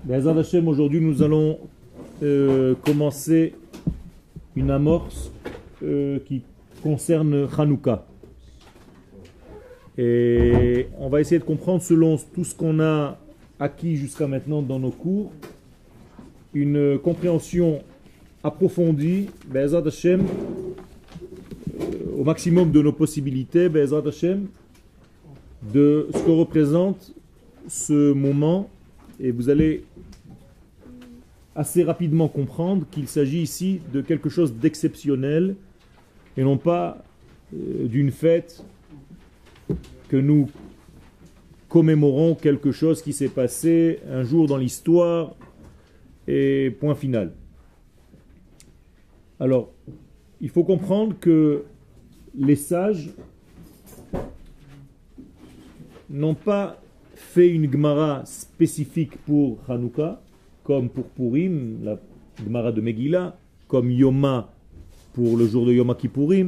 Be'ezrat Hashem, aujourd'hui nous allons commencer une amorce qui concerne Hanouka. Et on va essayer de comprendre selon tout ce qu'on a acquis jusqu'à maintenant dans nos cours, une compréhension approfondie, Be'ezrat Hashem, au maximum de nos possibilités, Be'ezrat Hashem, de ce que représente ce moment. Et vous allez assez rapidement comprendre qu'il s'agit ici de quelque chose d'exceptionnel et non pas d'une fête que nous commémorons quelque chose qui s'est passé un jour dans l'histoire et point final. Alors, il faut comprendre que les sages n'ont pas fait une Gemara spécifique pour Hanouka, comme pour Purim, la Gemara de Megillah, comme Yoma pour le jour de Yom Kippourim.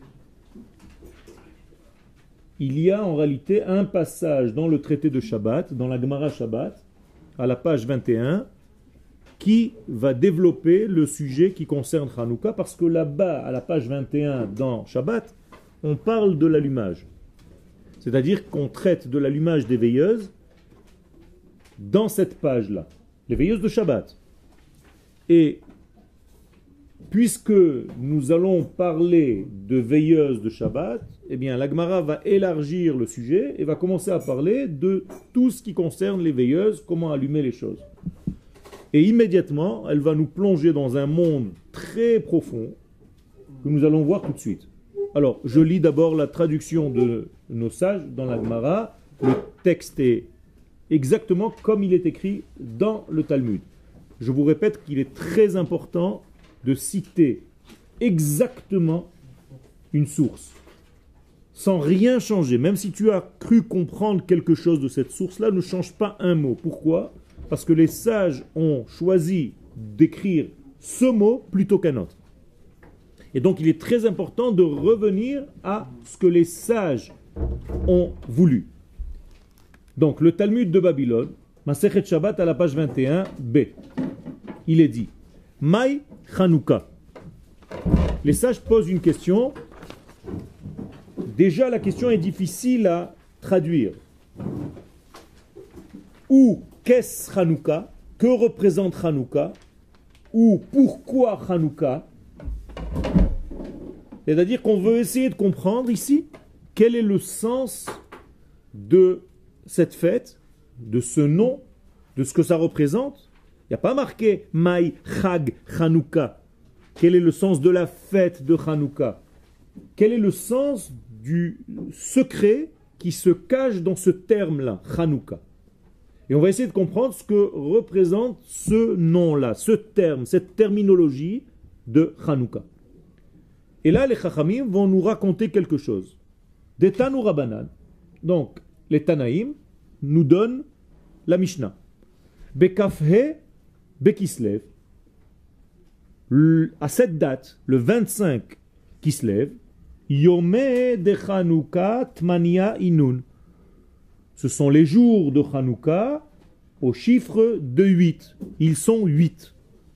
Il y a en réalité un passage dans le traité de Shabbat, dans la Gemara Shabbat, à la page 21, qui va développer le sujet qui concerne Hanouka, parce que là-bas, à la page 21 dans Shabbat, on parle de l'allumage. C'est-à-dire qu'on traite de l'allumage des veilleuses dans cette page-là, les veilleuses de Shabbat. Et puisque nous allons parler de veilleuses de Shabbat, eh bien la Gemara va élargir le sujet et va commencer à parler de tout ce qui concerne les veilleuses, comment allumer les choses. Et immédiatement, elle va nous plonger dans un monde très profond que nous allons voir tout de suite. Alors, je lis d'abord la traduction de nos sages dans la Gemara. Le texte est exactement comme il est écrit dans le Talmud. Je vous répète qu'il est très important de citer exactement une source, sans rien changer. Même si tu as cru comprendre quelque chose de cette source-là, ne change pas un mot. Pourquoi ? Parce que les sages ont choisi d'écrire ce mot plutôt qu'un autre. Et donc il est très important de revenir à ce que les sages ont voulu. Donc le Talmud de Babylone, Masechet Shabbat à la page 21b, il est dit Maï Hanouka. Les sages posent une question. Déjà la question est difficile à traduire. Ou qu'est-ce Hanouka? Que représente Hanouka? Ou pourquoi Hanouka? C'est-à-dire qu'on veut essayer de comprendre ici quel est le sens de cette fête, de ce nom, de ce que ça représente. Il n'y a pas marqué Maï Chag Hanouka. Quel est le sens de la fête de Hanouka? Quel est le sens du secret qui se cache dans ce terme-là, Hanouka? Et on va essayer de comprendre ce que représente ce nom-là, ce terme, cette terminologie de Hanouka. Et là, les Chachamim vont nous raconter quelque chose. Des Tanu Rabbanan. Donc, les Tanaïm nous donnent la Mishnah. Bekafhe Bekislev. À cette date, le 25 Kislev, Yomé de Hanouka Tmania Inun. Ce sont les jours de Hanouka au chiffre de 8. Ils sont 8.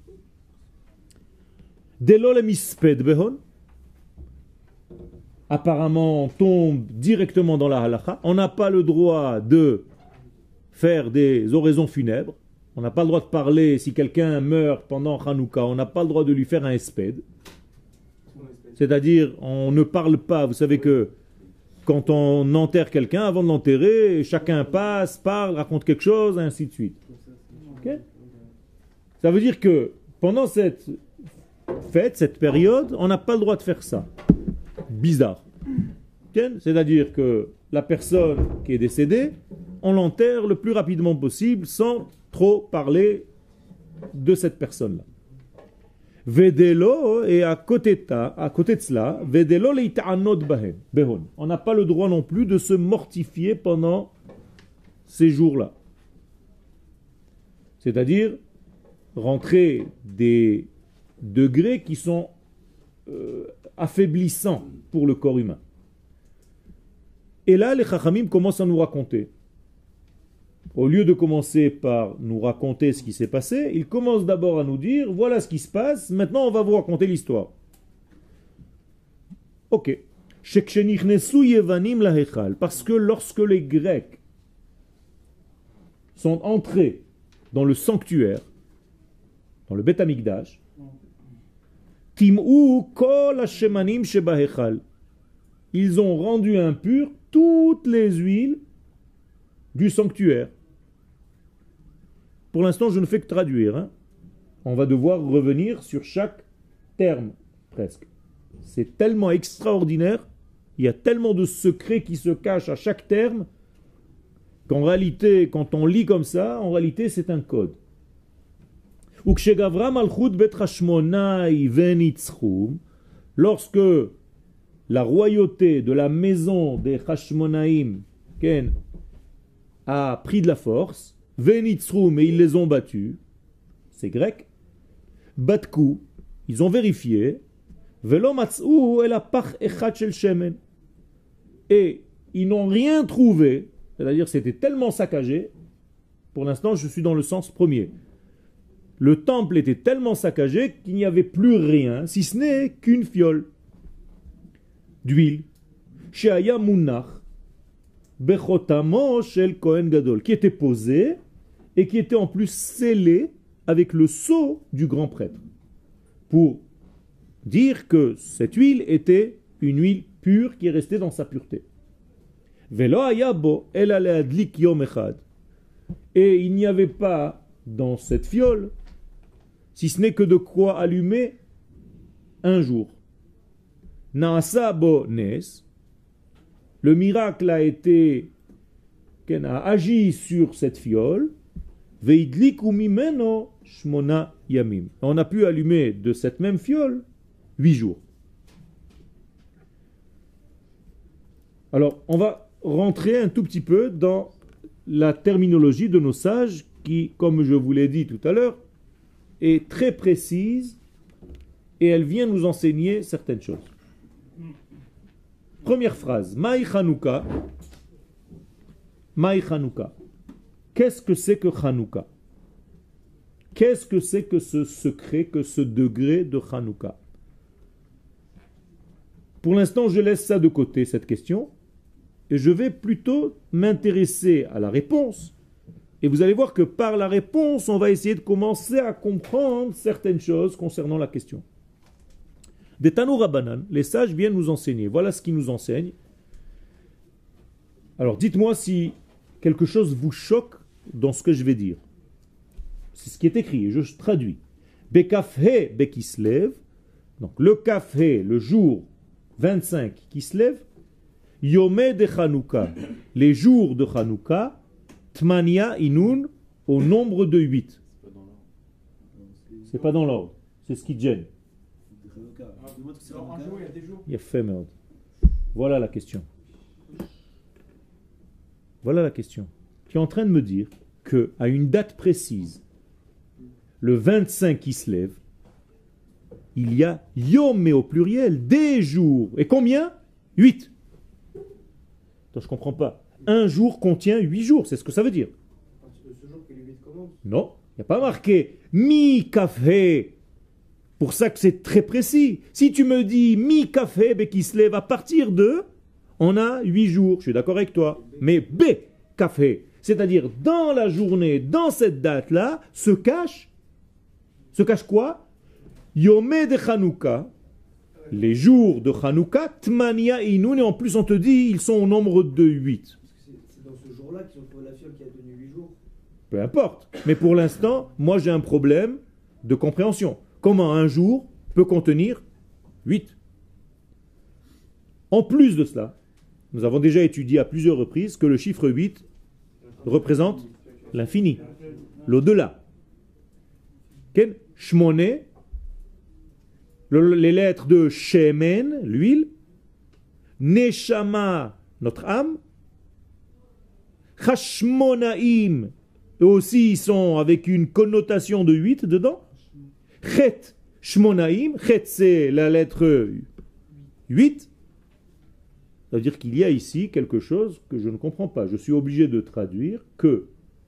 Delol misped behon. Apparemment, on tombe directement dans la halakha. On n'a pas le droit de faire des oraisons funèbres. On n'a pas le droit de parler si quelqu'un meurt pendant Hanouka. On n'a pas le droit de lui faire un esped. C'est-à-dire, on ne parle pas. Vous savez que quand on enterre quelqu'un, avant de l'enterrer, chacun passe, parle, raconte quelque chose, et ainsi de suite. Okay? Ça veut dire que pendant cette fête, cette période, on n'a pas le droit de faire ça. Bizarre. Okay? C'est-à-dire que la personne qui est décédée, on l'enterre le plus rapidement possible sans trop parler de cette personne-là. Vedelo, et à côté de cela, Vedelo leita'anot behon. On n'a pas le droit non plus de se mortifier pendant ces jours-là. C'est-à-dire rentrer des degrés qui sont affaiblissants pour le corps humain. Et là, les Chachamim commencent à nous raconter au lieu de commencer par nous raconter ce qui s'est passé, il commence d'abord à nous dire, voilà ce qui se passe, maintenant on va vous raconter l'histoire. Ok. Parce que lorsque les Grecs sont entrés dans le sanctuaire, dans le Beth Amikdash, Tim'u kol hashemanim shebahechal, ils ont rendu impures toutes les huiles du sanctuaire. Pour l'instant, je ne fais que traduire. Hein. On va devoir revenir sur chaque terme, presque. C'est tellement extraordinaire, il y a tellement de secrets qui se cachent à chaque terme, qu'en réalité, quand on lit comme ça, en réalité, c'est un code. Lorsque la royauté de la maison des Hashmonaïm a pris de la force, Venitzrum, et ils les ont battus, c'est grec, Batku, ils ont vérifié, Velomatzou el apach echad shel shemen, et ils n'ont rien trouvé, c'est-à-dire c'était tellement saccagé, pour l'instant je suis dans le sens premier, le temple était tellement saccagé qu'il n'y avait plus rien, si ce n'est qu'une fiole d'huile, Sheaya Munach, Bechotamo shel Kohen Gadol, qui était posée et qui était en plus scellée avec le sceau du grand prêtre, pour dire que cette huile était une huile pure qui est restée dans sa pureté. Velo ayabo el adlik yom echad, et il n'y avait pas dans cette fiole, si ce n'est que de quoi allumer un jour. Naasa bo nes, le miracle a été, a agi sur cette fiole, veidliku mimeno shmona yamim. On a pu allumer de cette même fiole 8 jours. Alors, on va rentrer un tout petit peu dans la terminologie de nos sages qui, comme je vous l'ai dit tout à l'heure, est très précise et elle vient nous enseigner certaines choses. Première phrase, Maï Chanouka. Maï Chanouka. Qu'est-ce que c'est que Chanouka? Qu'est-ce que c'est que ce secret, que ce degré de Chanouka? Pour l'instant, je laisse ça de côté, cette question, et je vais plutôt m'intéresser à la réponse. Et vous allez voir que par la réponse, on va essayer de commencer à comprendre certaines choses concernant la question. Des Tanu Rabbanan, les sages viennent nous enseigner. Voilà ce qu'ils nous enseignent. Alors dites-moi si quelque chose vous choque dans ce que je vais dire. C'est ce qui est écrit, je traduis. Bekafhe Bekislev, donc le Kafhe, le jour 25 Kislev, Yomé de Chanouka, les jours de Chanouka, Tmania Inun, au nombre de 8. C'est pas dans l'ordre, c'est ce qui te gêne. Il y a fait merde. Voilà la question. Voilà la question. Tu es en train de me dire que à une date précise, le 25 qui se lève, il y a yom, mais au pluriel, des jours. Et combien? 8. Attends, je comprends pas. Un jour contient 8 jours, c'est ce que ça veut dire. Non, il n'y a pas marqué mi café. Pour ça que c'est très précis. Si tu me dis mi café, qui se lève à partir de, on a 8 jours. Je suis d'accord avec toi. Mais B café, c'est-à-dire dans la journée, dans cette date-là, se cache quoi? Yomé de Chanouka, les jours de Chanouka, Tmania Inun, et en plus on te dit, ils sont au nombre de 8. C'est dans ce jour-là qu'ils ont trouvé la fiole qui a tenu 8 jours. Peu importe. Mais pour l'instant, moi j'ai un problème de compréhension. Comment un jour peut contenir 8? En plus de cela, nous avons déjà étudié à plusieurs reprises que le chiffre 8 représente l'infini, l'au-delà. Ken Shmoné, les lettres de Shemen, l'huile, Neshama, notre âme, Hashmonaim, eux aussi ils sont avec une connotation de 8 dedans, Chet, Shmonaim, Chet c'est la lettre 8, ça veut dire qu'il y a ici quelque chose que je ne comprends pas. Je suis obligé de traduire que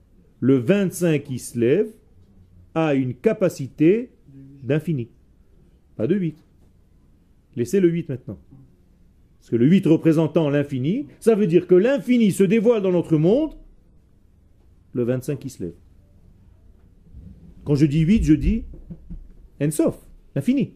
le 25 qui se lève a une capacité d'infini. Pas de 8. Laissez le 8 maintenant. Parce que le 8 représentant l'infini, ça veut dire que l'infini se dévoile dans notre monde, le 25 qui se lève. Quand je dis 8, je dis Ensof, l'infini.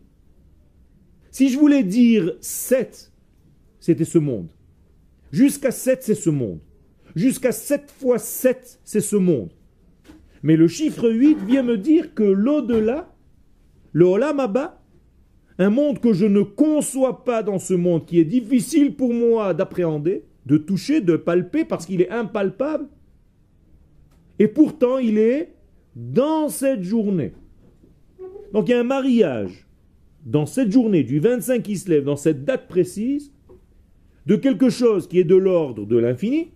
Si je voulais dire 7, c'était ce monde. Jusqu'à 7, c'est ce monde. Jusqu'à 7 fois 7, c'est ce monde. Mais le chiffre 8 vient me dire que l'au-delà, le Olam Haba, un monde que je ne conçois pas dans ce monde, qui est difficile pour moi d'appréhender, de toucher, de palper, parce qu'il est impalpable, et pourtant il est dans cette journée. Donc il y a un mariage dans cette journée du 25 qui se lève, dans cette date précise, de quelque chose qui est de l'ordre de l'infini,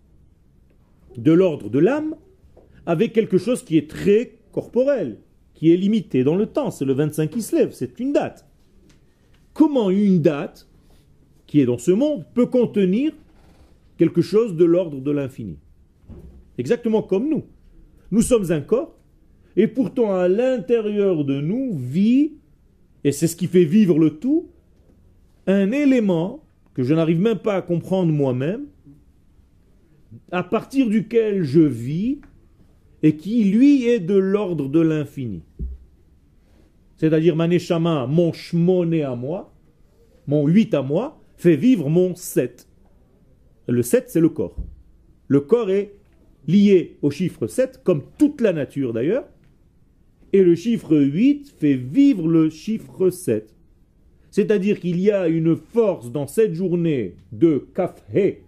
de l'ordre de l'âme, avec quelque chose qui est très corporel, qui est limité dans le temps. C'est le 25 qui se lève, c'est une date. Comment une date, qui est dans ce monde, peut contenir quelque chose de l'ordre de l'infini? Exactement comme nous. Nous sommes un corps, et pourtant à l'intérieur de nous vit, et c'est ce qui fait vivre le tout, un élément que je n'arrive même pas à comprendre moi-même, à partir duquel je vis, et qui, lui, est de l'ordre de l'infini. C'est-à-dire, ma neshama, mon shmoné à moi, mon 8 à moi, fait vivre mon 7. Le 7, c'est le corps. Le corps est lié au chiffre 7, comme toute la nature d'ailleurs, et le chiffre 8 fait vivre le chiffre 7. C'est-à-dire qu'il y a une force dans cette journée de Kaf-He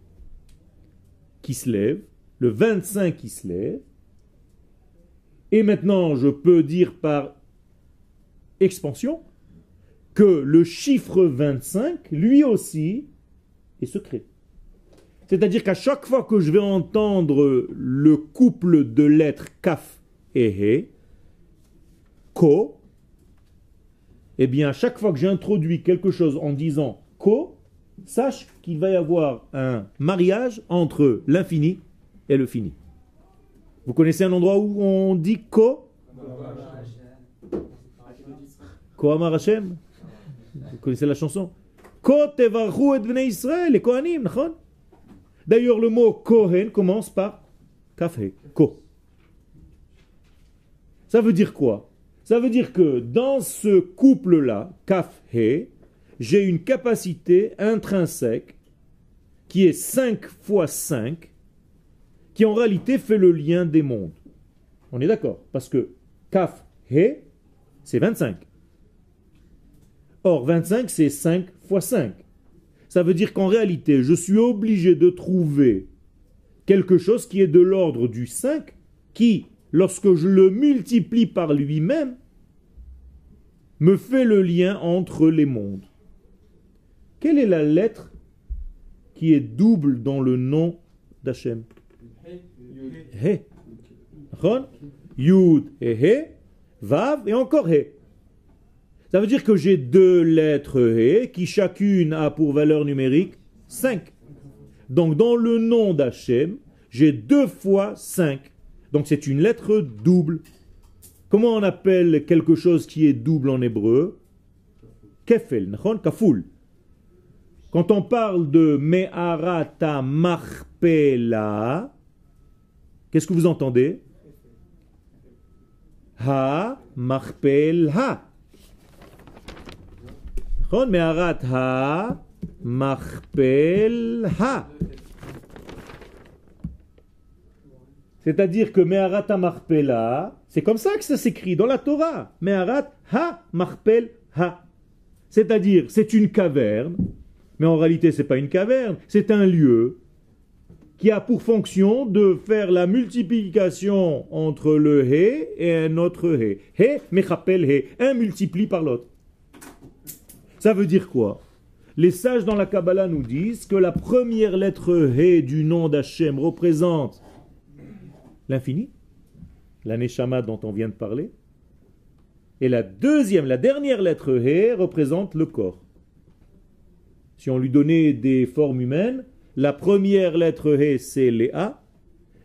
qui se lève, le 25 qui se lève, et maintenant je peux dire par expansion que le chiffre 25, lui aussi, est secret. C'est-à-dire qu'à chaque fois que je vais entendre le couple de lettres Kaf et He, Ko, eh bien à chaque fois que j'introduis quelque chose en disant Ko, sache qu'il va y avoir un mariage entre l'infini et le fini. Vous connaissez un endroit où on dit Ko? Ko Amar Hashem. Vous connaissez la chanson? Ko tevarchu et bnei Israël, les Kohanim, nachon? D'ailleurs, le mot Kohen commence par Kaf-He, Ko. Ça veut dire quoi? Ça veut dire que dans ce couple-là, Kaf-He, j'ai une capacité intrinsèque qui est 5 fois 5, qui en réalité fait le lien des mondes. On est d'accord? Parce que Kaf-He, c'est 25. Or, 25, c'est 5 fois 5. Ça veut dire qu'en réalité, je suis obligé de trouver quelque chose qui est de l'ordre du 5, qui, lorsque je le multiplie par lui-même, me fait le lien entre les mondes. Quelle est la lettre qui est double dans le nom d'Hachem? He. Yud et He, Vav et encore He. Ça veut dire que j'ai deux lettres He qui chacune a pour valeur numérique 5. Donc dans le nom d'Hachem, j'ai 2 fois 5. Donc c'est une lettre double. Comment on appelle quelque chose qui est double en hébreu? Kefel, kaful. Quand on parle de Me'arata Machpela, qu'est-ce que vous entendez? Ha Machpel Ha. Me'arat Ha Machpel Ha. C'est-à-dire que Me'arat Ha, c'est comme ça que ça s'écrit dans la Torah. Me'arat Ha Machpel Ha. C'est-à-dire, c'est une caverne, mais en réalité, ce n'est pas une caverne, c'est un lieu qui a pour fonction de faire la multiplication entre le He et un autre He. He Mechapel He. Un multiplie par l'autre. Ça veut dire quoi? Les sages dans la Kabbalah nous disent que la première lettre He du nom d'Hachem représente l'infini, la Neshama dont on vient de parler, et la dernière lettre He représente le corps. Si on lui donnait des formes humaines, la première lettre He c'est Léa,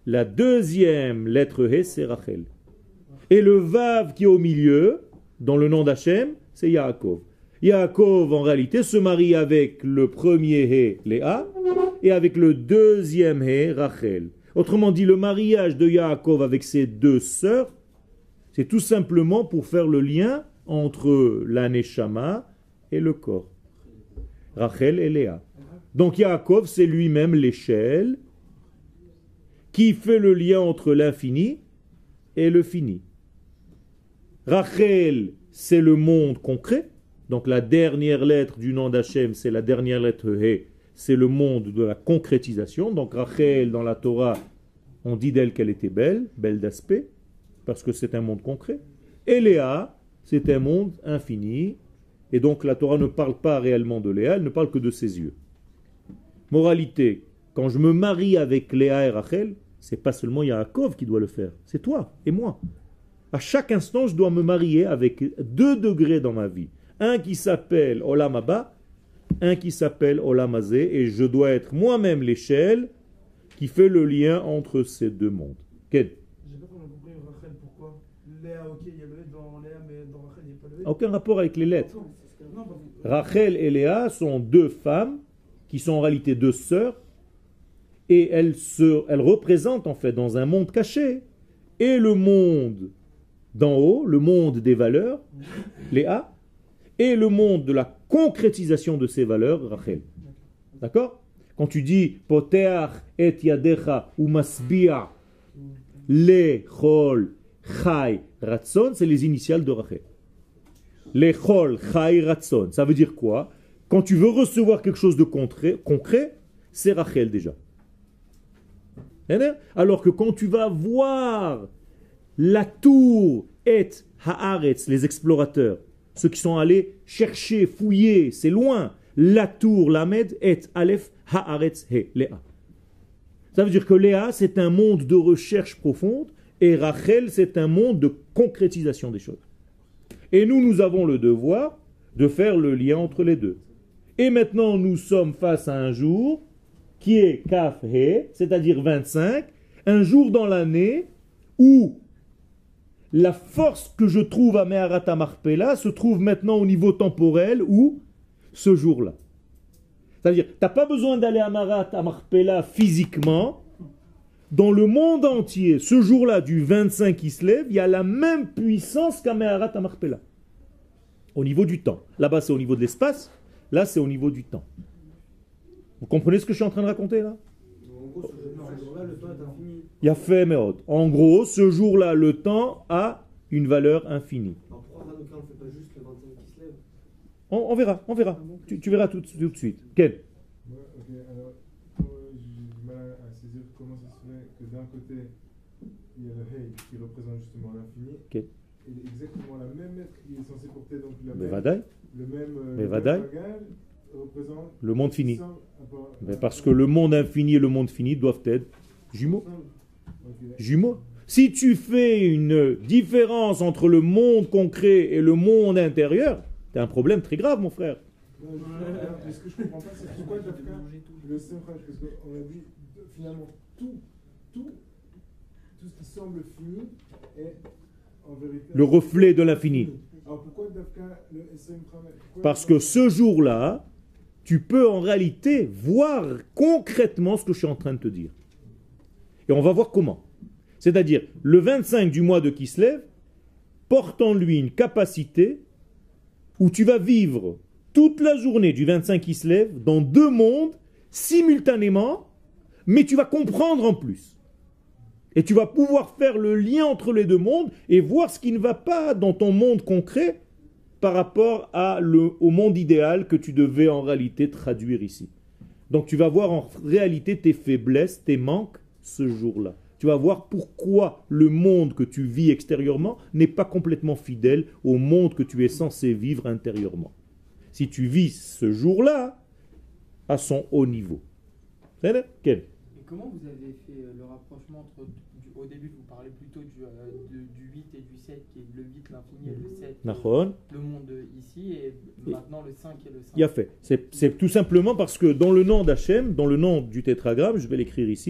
La deuxième lettre He, c'est Rachel. Et le Vav qui est au milieu, dans le nom d'Hachem, c'est Yaakov. Yaakov, en réalité, se marie avec le premier He, Léa, et avec le deuxième He, Rachel. Autrement dit, le mariage de Yaakov avec ses deux sœurs, c'est tout simplement pour faire le lien entre la Neshama et le corps. Rachel et Léa. Donc Yaakov, c'est lui-même l'échelle qui fait le lien entre l'infini et le fini. Rachel, c'est le monde concret. Donc la dernière lettre du nom d'Hachem, c'est la dernière lettre He, c'est le monde de la concrétisation. Donc Rachel, dans la Torah, on dit d'elle qu'elle était belle, belle d'aspect, parce que c'est un monde concret. Et Léa, c'est un monde infini. Et donc la Torah ne parle pas réellement de Léa, elle ne parle que de ses yeux. Moralité, quand je me marie avec Léa et Rachel, c'est pas seulement Yaakov qui doit le faire, c'est toi et moi. À chaque instant, je dois me marier avec 2 degrés dans ma vie. Un qui s'appelle Olam Haba, un qui s'appelle Olam Hazé, et je dois être moi-même l'échelle qui fait le lien entre ces 2 mondes. Quel? J'ai pas vraiment compris Rachel, pourquoi Léa, ok, il y a le E dans Léa, mais dans Rachel, il n'y a pas le E. Aucun rapport avec les lettres. Non, Rachel et Léa sont 2 femmes qui sont en réalité 2 sœurs, et elles représentent en fait dans un monde caché, et le monde d'en haut, le monde des valeurs, Léa, et le monde de la concrétisation de ces valeurs, Rachel. D'accord? Quand tu dis Poteach et yadecha ou masbia lechol chai ratson, c'est les initiales de Rachel. Lechol chai ratson, ça veut dire quoi? Quand tu veux recevoir quelque chose de concret, c'est Rachel déjà. Alors que quand tu vas voir la tour et haaretz, les explorateurs, ceux qui sont allés chercher, fouiller, c'est loin, la tour, lamed, et aleph, haaretz, he, Léa. Ça veut dire que Léa, c'est un monde de recherche profonde, et Rachel, c'est un monde de concrétisation des choses. Et nous avons le devoir de faire le lien entre les deux. Et maintenant, nous sommes face à un jour qui est Kaf He, c'est-à-dire 25, un jour dans l'année où la force que je trouve à Meharat Marpella se trouve maintenant au niveau temporel où ce jour-là. C'est-à-dire, tu n'as pas besoin d'aller à Meharat Marpella physiquement. Dans le monde entier, ce jour-là du 25 qui se lève, il y a la même puissance qu'à Meharat Marpella. Au niveau du temps. Là-bas, c'est au niveau de l'espace. Là, c'est au niveau du temps. Vous comprenez ce que je suis en train de raconter là? En gros, ce jour-là, le temps est infini. Yafé Meod. En gros, ce jour-là, le temps a une valeur infinie. Alors pourquoi Hanouka, on ne fait pas juste le 25 qui se lève? On verra, on verra. Tu verras tout de suite. Quel? Ok, alors, j'ai du mal à saisir comment ça se fait que d'un côté, il y a le Hey qui représente justement l'infini. Quel? Et exactement la même lettre qui est censée porter donc la Mais même, Vadaï. le même Mais Vadaï. langage représente Le monde fini. sans rapport- Mais parce que le monde infini et le monde fini doivent être jumeaux. Ok. Jumeaux. Si tu fais une différence entre le monde concret et le monde intérieur, tu as un problème très grave, mon frère. Non, mais ce que je comprends pas, c'est pourquoi Dafka, le Semraj, parce qu'on a dit finalement tout ce qui semble fini est en vérité Le reflet de l'infini. Alors pourquoi Dafka le Semraj? Parce que ce jour-là, tu peux en réalité voir concrètement ce que je suis en train de te dire. Et on va voir comment. C'est-à-dire, le 25 du mois de Kislev porte en lui une capacité où tu vas vivre toute la journée du 25 Kislev dans 2 mondes simultanément, mais tu vas comprendre en plus. Et tu vas pouvoir faire le lien entre les 2 mondes et voir ce qui ne va pas dans ton monde concret par rapport au monde idéal que tu devais en réalité traduire ici. Donc tu vas voir en réalité tes faiblesses, tes manques ce jour-là. Tu vas voir pourquoi le monde que tu vis extérieurement n'est pas complètement fidèle au monde que tu es censé vivre intérieurement. Si tu vis ce jour-là à son haut niveau. Quel? Et comment vous avez fait le rapprochement entre, au début vous parlez plutôt du 8 et du 7, qui est le 8 l'infini et le 7 Nahon. le monde ici, et maintenant le 5 et le 5. Il a fait. C'est tout simplement parce que dans le nom d'Hachem, dans le nom du tétragramme, je vais l'écrire ici,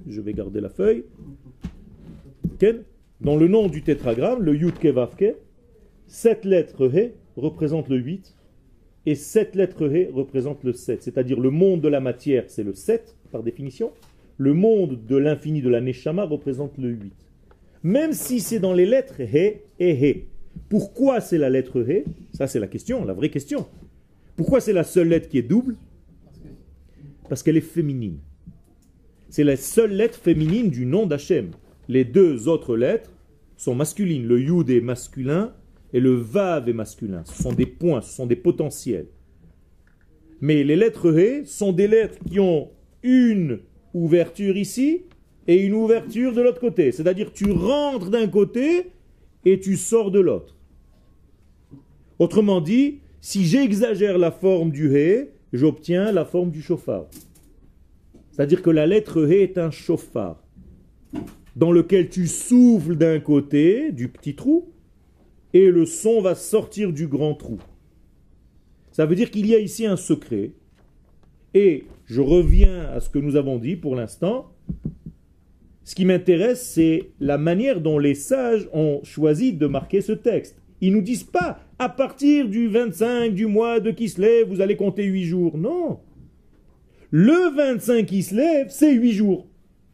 je vais garder la feuille. Ken, dans le nom du tétragramme, le Yud Ke Vav Ke, 7 lettres He représentent le 8 et 7 lettres He représentent le 7. C'est-à-dire le monde de la matière, c'est le 7 par définition. Le monde de l'infini de la Neshama représente le 8. Même si c'est dans les lettres He et He. Pourquoi c'est la lettre He? Ça c'est la question, la vraie question. Pourquoi c'est la seule lettre qui est double? Parce qu'elle est féminine. C'est la seule lettre féminine du nom d'Hachem. Les deux autres lettres sont masculines. Le Yud est masculin et le Vav est masculin. Ce sont des points, ce sont des potentiels. Mais les lettres He sont des lettres qui ont une ouverture ici et une ouverture de l'autre côté. C'est-à-dire tu rentres d'un côté et tu sors de l'autre. Autrement dit, si j'exagère la forme du He, j'obtiens la forme du shofar. C'est-à-dire que la lettre He est un shofar dans lequel tu souffles d'un côté, du petit trou, et le son va sortir du grand trou. Ça veut dire qu'il y a ici un secret. Et je reviens à ce que nous avons dit pour l'instant. Ce qui m'intéresse, c'est la manière dont les sages ont choisi de marquer ce texte. Ils ne nous disent pas, à partir du 25 du mois de Kislev, vous allez compter 8 jours. Non. Le 25 Kislev, c'est 8 jours.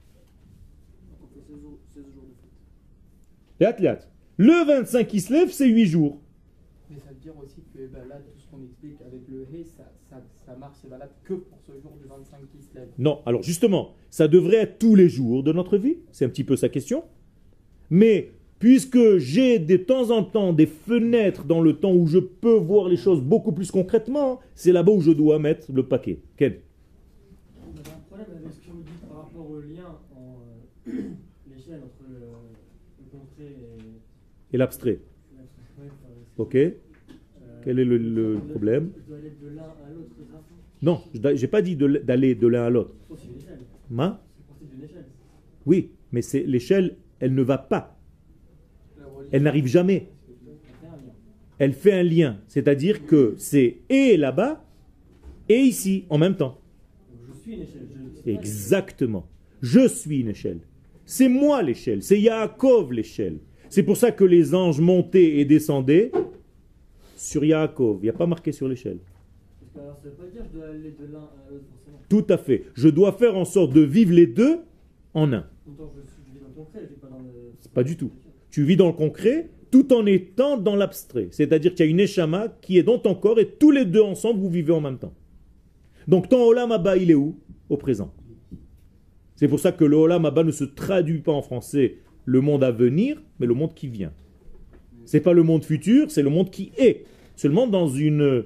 Le 25 Kislev, c'est 8 jours. Mais ça veut dire aussi que là, tout ce qu'on explique avec le He, ça marche, c'est valable que pour ce jour du 25 Kislev. Non, alors justement, ça devrait être tous les jours de notre vie. C'est un petit peu sa question. Mais puisque j'ai de temps en temps des fenêtres dans le temps où je peux voir les choses beaucoup plus concrètement, c'est là-bas où je dois mettre le paquet. Ken? On avait un problème avec ce que vous dites par rapport au lien en l'échelle entre le concret Et l'abstrait. Ok. Quel est le problème? Je dois aller de l'un à l'autre, c'est ça? Non, je n'ai pas dit d'aller de l'un à l'autre. Sauf une échelle. Ma? C'est le principe d'une échelle. Oui, mais c'est l'échelle, elle ne va pas. Elle n'arrive jamais. Elle fait un lien. C'est-à-dire que c'est et là-bas et ici en même temps. Donc je suis une échelle. Exactement. Je suis une échelle. C'est moi l'échelle. C'est Yaakov l'échelle. C'est pour ça que les anges montaient et descendaient sur Yaakov. Il n'y a pas marqué sur l'échelle. Parce que alors, ça ne veut pas dire que je dois aller de l'un à l'autre forcément. Tout à fait. Je dois faire en sorte de vivre les deux en un. Pourtant, je vis dans le concret, je vis pas dans le... Pas du tout. Tu vis dans le concret tout en étant dans l'abstrait. C'est-à-dire qu'il y a une Neshama qui est dans ton corps et tous les deux ensemble, vous vivez en même temps. Donc ton Olam Abba, il est où? Au présent. C'est pour ça que le Olam Abba ne se traduit pas en français le monde à venir, mais le monde qui vient. C'est pas le monde futur, c'est le monde qui est. Seulement dans une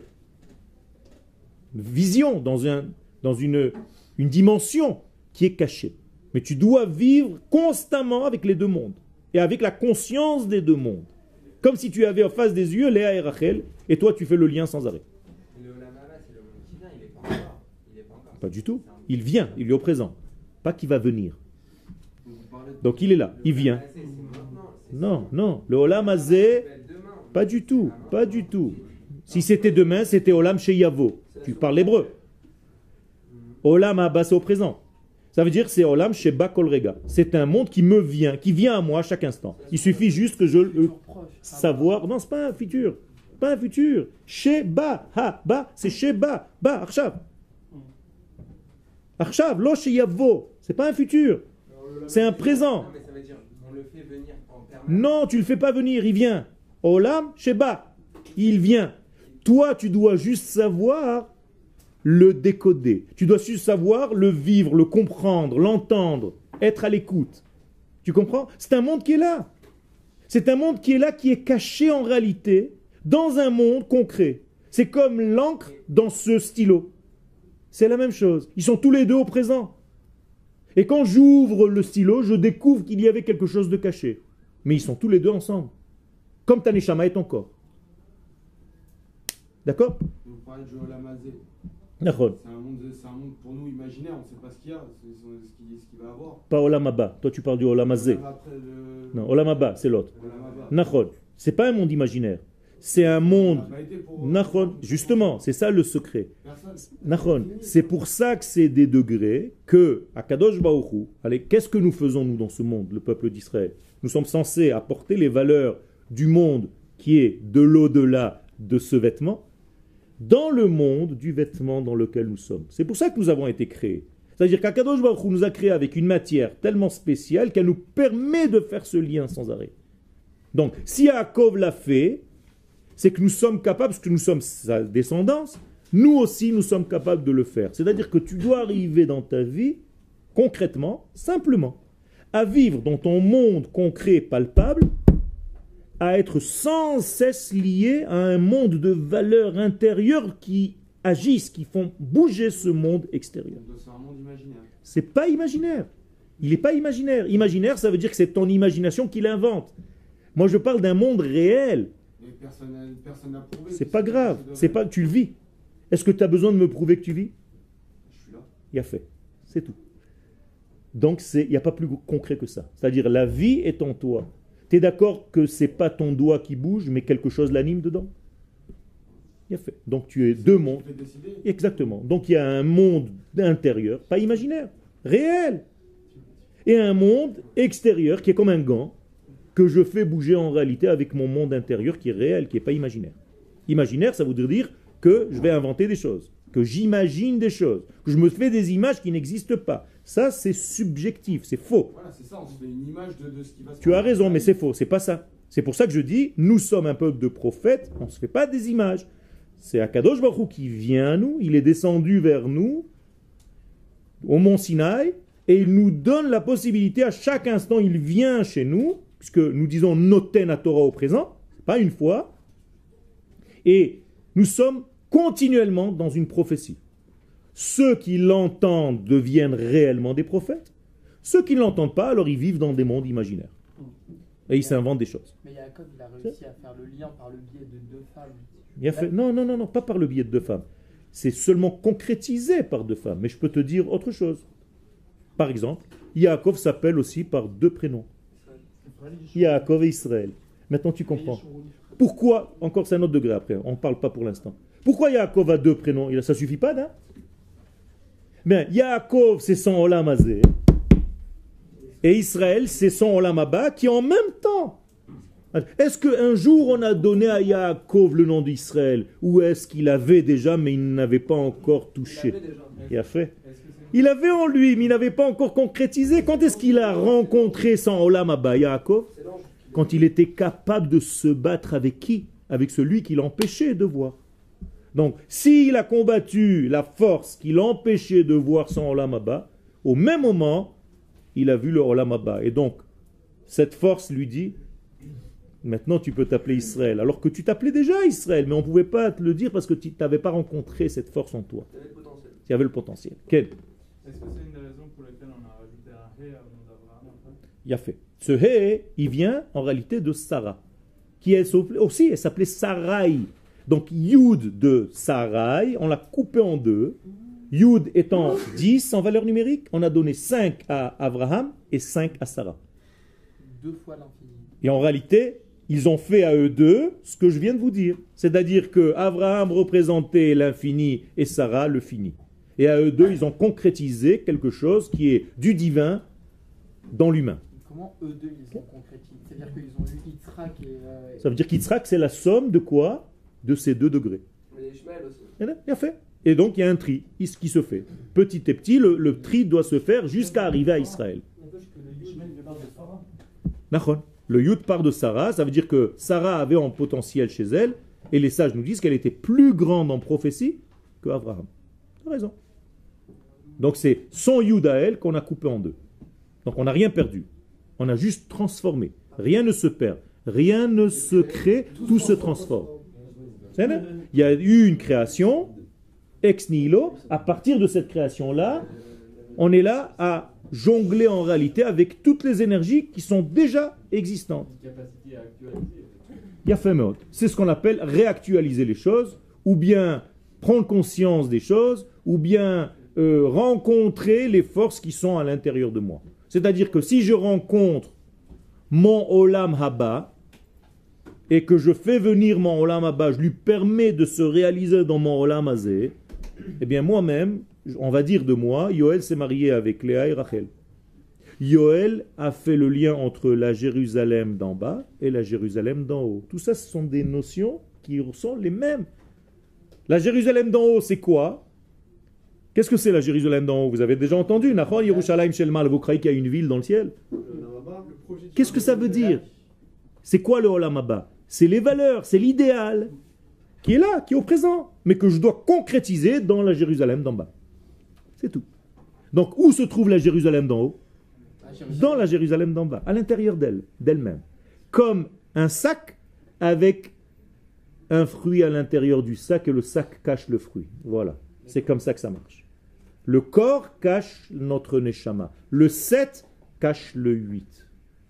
vision, dans une dimension qui est cachée. Mais tu dois vivre constamment avec les deux mondes. Et avec la conscience des deux mondes. Comme si tu avais en face des yeux Léa et Rachel, et toi tu fais le lien sans arrêt. Le Olam Abba, c'est le monde qui vient, il n'est pas encore. Pas du tout. Il vient, il est au présent. Pas qu'il va venir. Donc il est là, il vient. Non, non, le Olam Hazé, pas du tout, pas du tout. Si c'était demain, c'était Olam chez Yavo. Tu parles hébreu. Olam Abba, c'est au présent. Ça veut dire c'est Olam Sheba Kol Rega. C'est un monde qui me vient, qui vient à moi à chaque instant. Il suffit juste que je le savoir. Non, c'est pas un futur. Pas un futur. Sheba, ha, ba, c'est Sheba, ba, Arshav. Arshav, lo Sheyavo. C'est pas un futur. C'est un présent. Non, mais ça veut dire on le fait venir en permanence. Non, tu le fais pas venir, il vient. Olam Sheba. Il vient. Toi, tu dois juste savoir le décoder. Tu dois juste savoir le vivre, le comprendre, l'entendre, être à l'écoute. Tu comprends? C'est un monde qui est là. C'est un monde qui est là, qui est caché en réalité dans un monde concret. C'est comme l'encre dans ce stylo. C'est la même chose. Ils sont tous les deux au présent. Et quand j'ouvre le stylo, je découvre qu'il y avait quelque chose de caché. Mais ils sont tous les deux ensemble. Comme ta neshama et ton corps. D'accord? Vous parlez du Olam Hazé. D'accord. C'est un monde pour nous imaginaire, on ne sait pas ce qu'il y a, ce qu'il va avoir. Pas Olam Abba. Toi, tu parles du Olam Hazé. Après Non, Olam Abba, c'est l'autre. Olam Abba. Nachon. C'est pas un monde imaginaire. C'est un monde. Ça n'a pas été pour- Nachon, justement, c'est ça le secret. Personne. Nachon, c'est pour ça que c'est des degrés que, à Kadosh Baruch Hu, allez, qu'est-ce que nous faisons nous dans ce monde, le peuple d'Israël? Nous sommes censés apporter les valeurs du monde qui est de l'au-delà de ce vêtement, dans le monde du vêtement dans lequel nous sommes. C'est pour ça que nous avons été créés. C'est-à-dire qu'Akadosh Baruch Hu nous a créés avec une matière tellement spéciale qu'elle nous permet de faire ce lien sans arrêt. Donc, si Yaakov l'a fait, c'est que nous sommes capables, parce que nous sommes sa descendance, nous aussi nous sommes capables de le faire. C'est-à-dire que tu dois arriver dans ta vie, concrètement, simplement, à vivre dans ton monde concret, palpable, à être sans cesse lié à un monde de valeurs intérieures qui agissent, qui font bouger ce monde extérieur. C'est un monde imaginaire. C'est pas imaginaire. Il n'est pas imaginaire. Imaginaire, ça veut dire que c'est ton imagination qui l'invente. Moi, je parle d'un monde réel. Et personne n'a prouvé. C'est pas grave. C'est pas, tu le vis. Est-ce que tu as besoin de me prouver que tu vis? Je suis là. Il y a fait. C'est tout. Donc, il n'y a pas plus concret que ça. C'est-à-dire, la vie est en toi. Tu es d'accord que c'est pas ton doigt qui bouge, mais quelque chose l'anime dedans? Il y a fait. Donc, tu es deux mondes. Tu peux décider. Exactement. Donc, il y a un monde intérieur, pas imaginaire, réel. Et un monde extérieur qui est comme un gant que je fais bouger en réalité avec mon monde intérieur qui est réel, qui n'est pas imaginaire. Imaginaire, ça voudrait dire que je vais inventer des choses, que j'imagine des choses, que je me fais des images qui n'existent pas. Ça, c'est subjectif, c'est faux. Voilà, c'est ça, on se fait une image de ce qui va se Tu as passer. raison, mais c'est faux, c'est pas ça. C'est pour ça que je dis, nous sommes un peuple de prophètes, on ne se fait pas des images. C'est Akadosh Baruch Hu qui vient à nous, il est descendu vers nous, au mont Sinaï, et il nous donne la possibilité, à chaque instant, il vient chez nous, puisque nous disons noten à Torah au présent, pas une fois, et nous sommes continuellement dans une prophétie. Ceux qui l'entendent deviennent réellement des prophètes, ceux qui ne l'entendent pas, alors ils vivent dans des mondes imaginaires. Et ils s'inventent des choses. Mais Yaakov, il a réussi à faire le lien par le biais de deux femmes. Il a fait, non, pas par le biais de deux femmes. C'est seulement concrétisé par deux femmes. Mais je peux te dire autre chose. Par exemple, Yaakov s'appelle aussi par deux prénoms. Yaakov et Israël. Maintenant tu comprends. Pourquoi, encore c'est un autre degré après, on ne parle pas pour l'instant. Pourquoi Yaakov a deux prénoms? Ça ne suffit pas, non? Bien, Yaakov c'est son Olam Hazé. Et Israël c'est son Olam Haba qui en même temps. Est-ce qu'un jour on a donné à Yaakov le nom d'Israël? Ou est-ce qu'il avait déjà mais il n'avait pas encore touché? Il a fait. Il avait en lui, mais il n'avait pas encore concrétisé. Quand est-ce qu'il a rencontré son Olam Haba, Yaakov? Quand il était capable de se battre avec qui? Avec celui qui l'empêchait de voir. Donc, s'il a combattu la force qui l'empêchait de voir son Olam Haba, au même moment, il a vu le Olam Haba. Et donc, cette force lui dit, maintenant tu peux t'appeler Israël. Alors que tu t'appelais déjà Israël, mais on ne pouvait pas te le dire parce que tu n'avais pas rencontré cette force en toi. Tu avais le potentiel. Quel? Est-ce que c'est une des raisons pour lesquelles on a rajouté un hé avant d'Abraham en fait? Il a fait. Ce hé, il vient en réalité de Sarah, qui elle aussi, elle s'appelait Sarai. Donc Yud de Sarai, on l'a coupé en deux. Yud étant 10 en valeur numérique, on a donné 5 à Abraham et 5 à Sarah. Deux fois l'infini. Et en réalité, ils ont fait à eux deux ce que je viens de vous dire. C'est-à-dire que Abraham représentait l'infini et Sarah le fini. Et à eux deux, ils ont concrétisé quelque chose qui est du divin dans l'humain. Comment eux deux, ils ont concrétisé? C'est-à-dire qu'ils ont eu Yitzhak et... Ça veut dire qu'Yitzhak, c'est la somme de quoi? De ces deux degrés. Mais Ishmael aussi. Il a fait. Et donc, il y a un tri qui se fait. Petit à petit, le tri doit se faire jusqu'à arriver à Israël. Nachon. Le Yud part de Sarah, ça veut dire que Sarah avait en potentiel chez elle, et les sages nous disent qu'elle était plus grande en prophétie que Abraham. Tu as raison. Donc c'est son Yud à elle qu'on a coupé en deux. Donc on n'a rien perdu. On a juste transformé. Rien ne se perd. Rien ne se crée, tout se transforme. Il y a eu une création, ex nihilo. À partir de cette création-là, on est là à jongler en réalité avec toutes les énergies qui sont déjà existantes. Yafemot. C'est ce qu'on appelle réactualiser les choses, ou bien prendre conscience des choses, ou bien rencontrer les forces qui sont à l'intérieur de moi. C'est-à-dire que si je rencontre mon Olam Haba, et que je fais venir mon Olam Abba, je lui permets de se réaliser dans mon Olam Azé, eh bien moi-même, on va dire de moi, Yoël s'est marié avec Léa et Rachel. Yoël a fait le lien entre la Jérusalem d'en bas et la Jérusalem d'en haut. Tout ça, ce sont des notions qui sont les mêmes. La Jérusalem d'en haut, c'est quoi? Qu'est-ce que c'est la Jérusalem d'en haut? Vous avez déjà entendu? Nachon Yerushalayim Shelmal, vous croyez qu'il y a une ville dans le ciel? Qu'est-ce que ça veut dire? C'est quoi le Olam Haba? C'est les valeurs, c'est l'idéal qui est là, qui est au présent, mais que je dois concrétiser dans la Jérusalem d'en bas. C'est tout. Donc, où se trouve la Jérusalem d'en haut? Dans la Jérusalem d'en bas, à l'intérieur d'elle-même. Comme un sac avec un fruit à l'intérieur du sac et le sac cache le fruit. Voilà, c'est comme ça que ça marche. Le corps cache notre neshama. Le 7 cache le 8.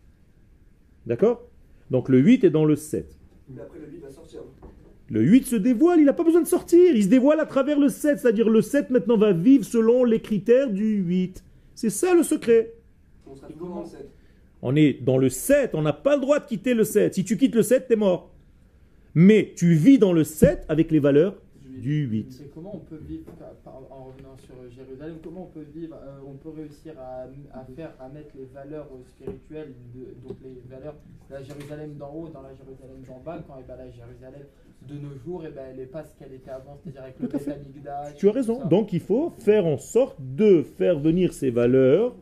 D'accord? Donc le 8 est dans le 7. Mais après le 8 va sortir. Le 8 se dévoile, il n'a pas besoin de sortir. Il se dévoile à travers le 7. C'est-à-dire le 7 maintenant va vivre selon les critères du 8. C'est ça le secret. On sera toujours dans le 7. On est dans le 7, on n'a pas le droit de quitter le 7. Si tu quittes le 7, t'es mort. Mais tu vis dans le 7 avec les valeurs du 8. Et comment on peut vivre, en revenant sur Jérusalem, comment on peut vivre, on peut réussir à mettre les valeurs spirituelles, donc les valeurs de la Jérusalem d'en haut dans la Jérusalem d'en bas, quand la Jérusalem de nos jours, elle n'est pas ce qu'elle était avant, c'est-à-dire avec le Beth Amikdash. Tu as raison. Donc il faut faire en sorte de faire venir ces valeurs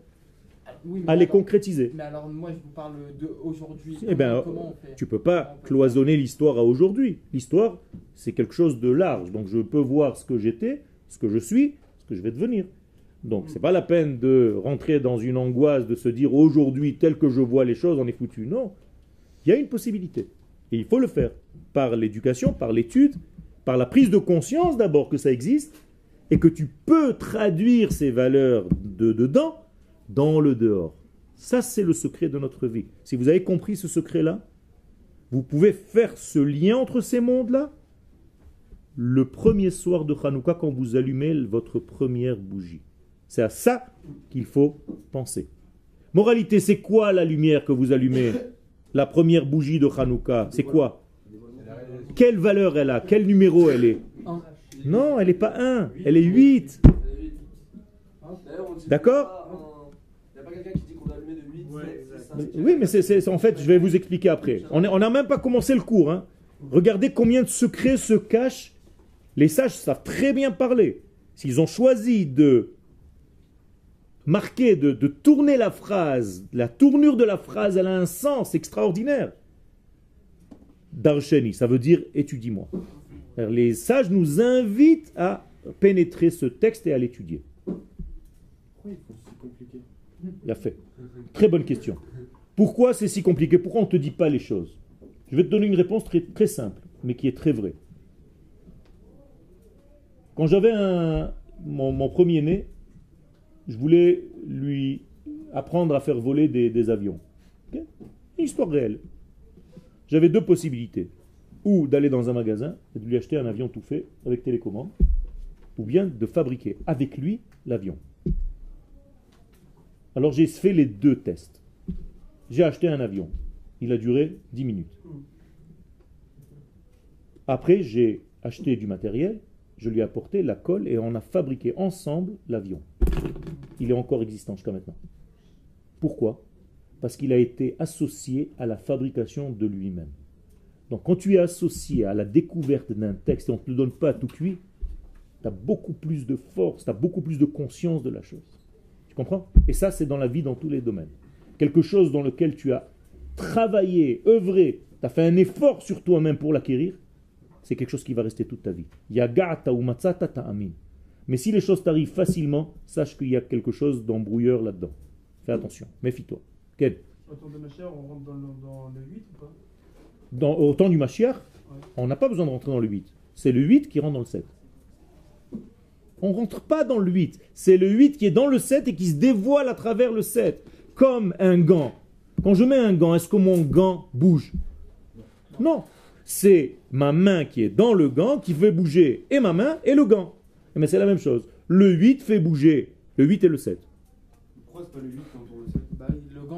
à les concrétiser. Mais alors moi je vous parle d'aujourd'hui. Eh bien, comment on fait? tu ne peux pas cloisonner l'histoire à aujourd'hui. L'histoire, c'est quelque chose de large. Donc je peux voir ce que j'étais, ce que je suis, ce que je vais devenir. Donc c'est pas la peine de rentrer dans une angoisse, de se dire aujourd'hui, tel que je vois les choses, on est foutu. Non, il y a une possibilité. Et il faut le faire. Par l'éducation, par l'étude, par la prise de conscience d'abord que ça existe, et que tu peux traduire ces valeurs de dedans dans le dehors. Ça, c'est le secret de notre vie. Si vous avez compris ce secret-là, vous pouvez faire ce lien entre ces mondes-là le premier soir de Hanouka quand vous allumez votre première bougie. C'est à ça qu'il faut penser. Moralité, c'est quoi la lumière que vous allumez? La première bougie de Hanouka, c'est quoi? Quelle valeur elle a? Quel numéro elle est? Non, elle n'est pas 1, elle est 8. D'accord? Quelqu'un qui dit qu'on a allumé de 8, Oui, mais c'est en fait, je vais vous expliquer après. On n'a même pas commencé le cours. Hein. Regardez combien de secrets se cachent. Les sages savent très bien parler. S'ils ont choisi de marquer, de tourner la phrase, la tournure de la phrase, elle a un sens extraordinaire. Darsheni, ça veut dire étudie-moi. Les sages nous invitent à pénétrer ce texte et à l'étudier. Pourquoi il faut si compliqué? Il a fait. Très bonne question. Pourquoi c'est si compliqué? Pourquoi on ne te dit pas les choses? Je vais te donner une réponse très, très simple, mais qui est très vraie. Quand j'avais mon premier-né, je voulais lui apprendre à faire voler des avions. Okay? Une histoire réelle. J'avais deux possibilités. Ou d'aller dans un magasin et de lui acheter un avion tout fait avec télécommande, ou bien de fabriquer avec lui l'avion. Alors j'ai fait les deux tests. J'ai acheté un avion. Il a duré 10 minutes. Après, j'ai acheté du matériel, je lui ai apporté la colle et on a fabriqué ensemble l'avion. Il est encore existant jusqu'à maintenant. Pourquoi? Parce qu'il a été associé à la fabrication de lui-même. Donc quand tu es associé à la découverte d'un texte et on ne te le donne pas tout cuit, tu as beaucoup plus de force, tu as beaucoup plus de conscience de la chose. Tu comprends? Et ça, c'est dans la vie, dans tous les domaines. Quelque chose dans lequel tu as travaillé, œuvré, tu as fait un effort sur toi-même pour l'acquérir, c'est quelque chose qui va rester toute ta vie. Mais si les choses t'arrivent facilement, sache qu'il y a quelque chose d'embrouilleur là-dedans. Fais attention, méfie-toi. Quel? Au temps de Mashiach, on rentre dans le 8 ou pas? Au temps du Mashiach, on n'a pas besoin de rentrer dans le 8. C'est le 8 qui rentre dans le 7. On ne rentre pas dans le 8. C'est le 8 qui est dans le 7 et qui se dévoile à travers le 7. Comme un gant. Quand je mets un gant, est-ce que mon gant bouge? Non. C'est ma main qui est dans le gant qui fait bouger et ma main et le gant. Mais c'est la même chose. Le 8 fait bouger le 8 et le 7. Pourquoi c'est pas le 8 quand on le sait? Le gant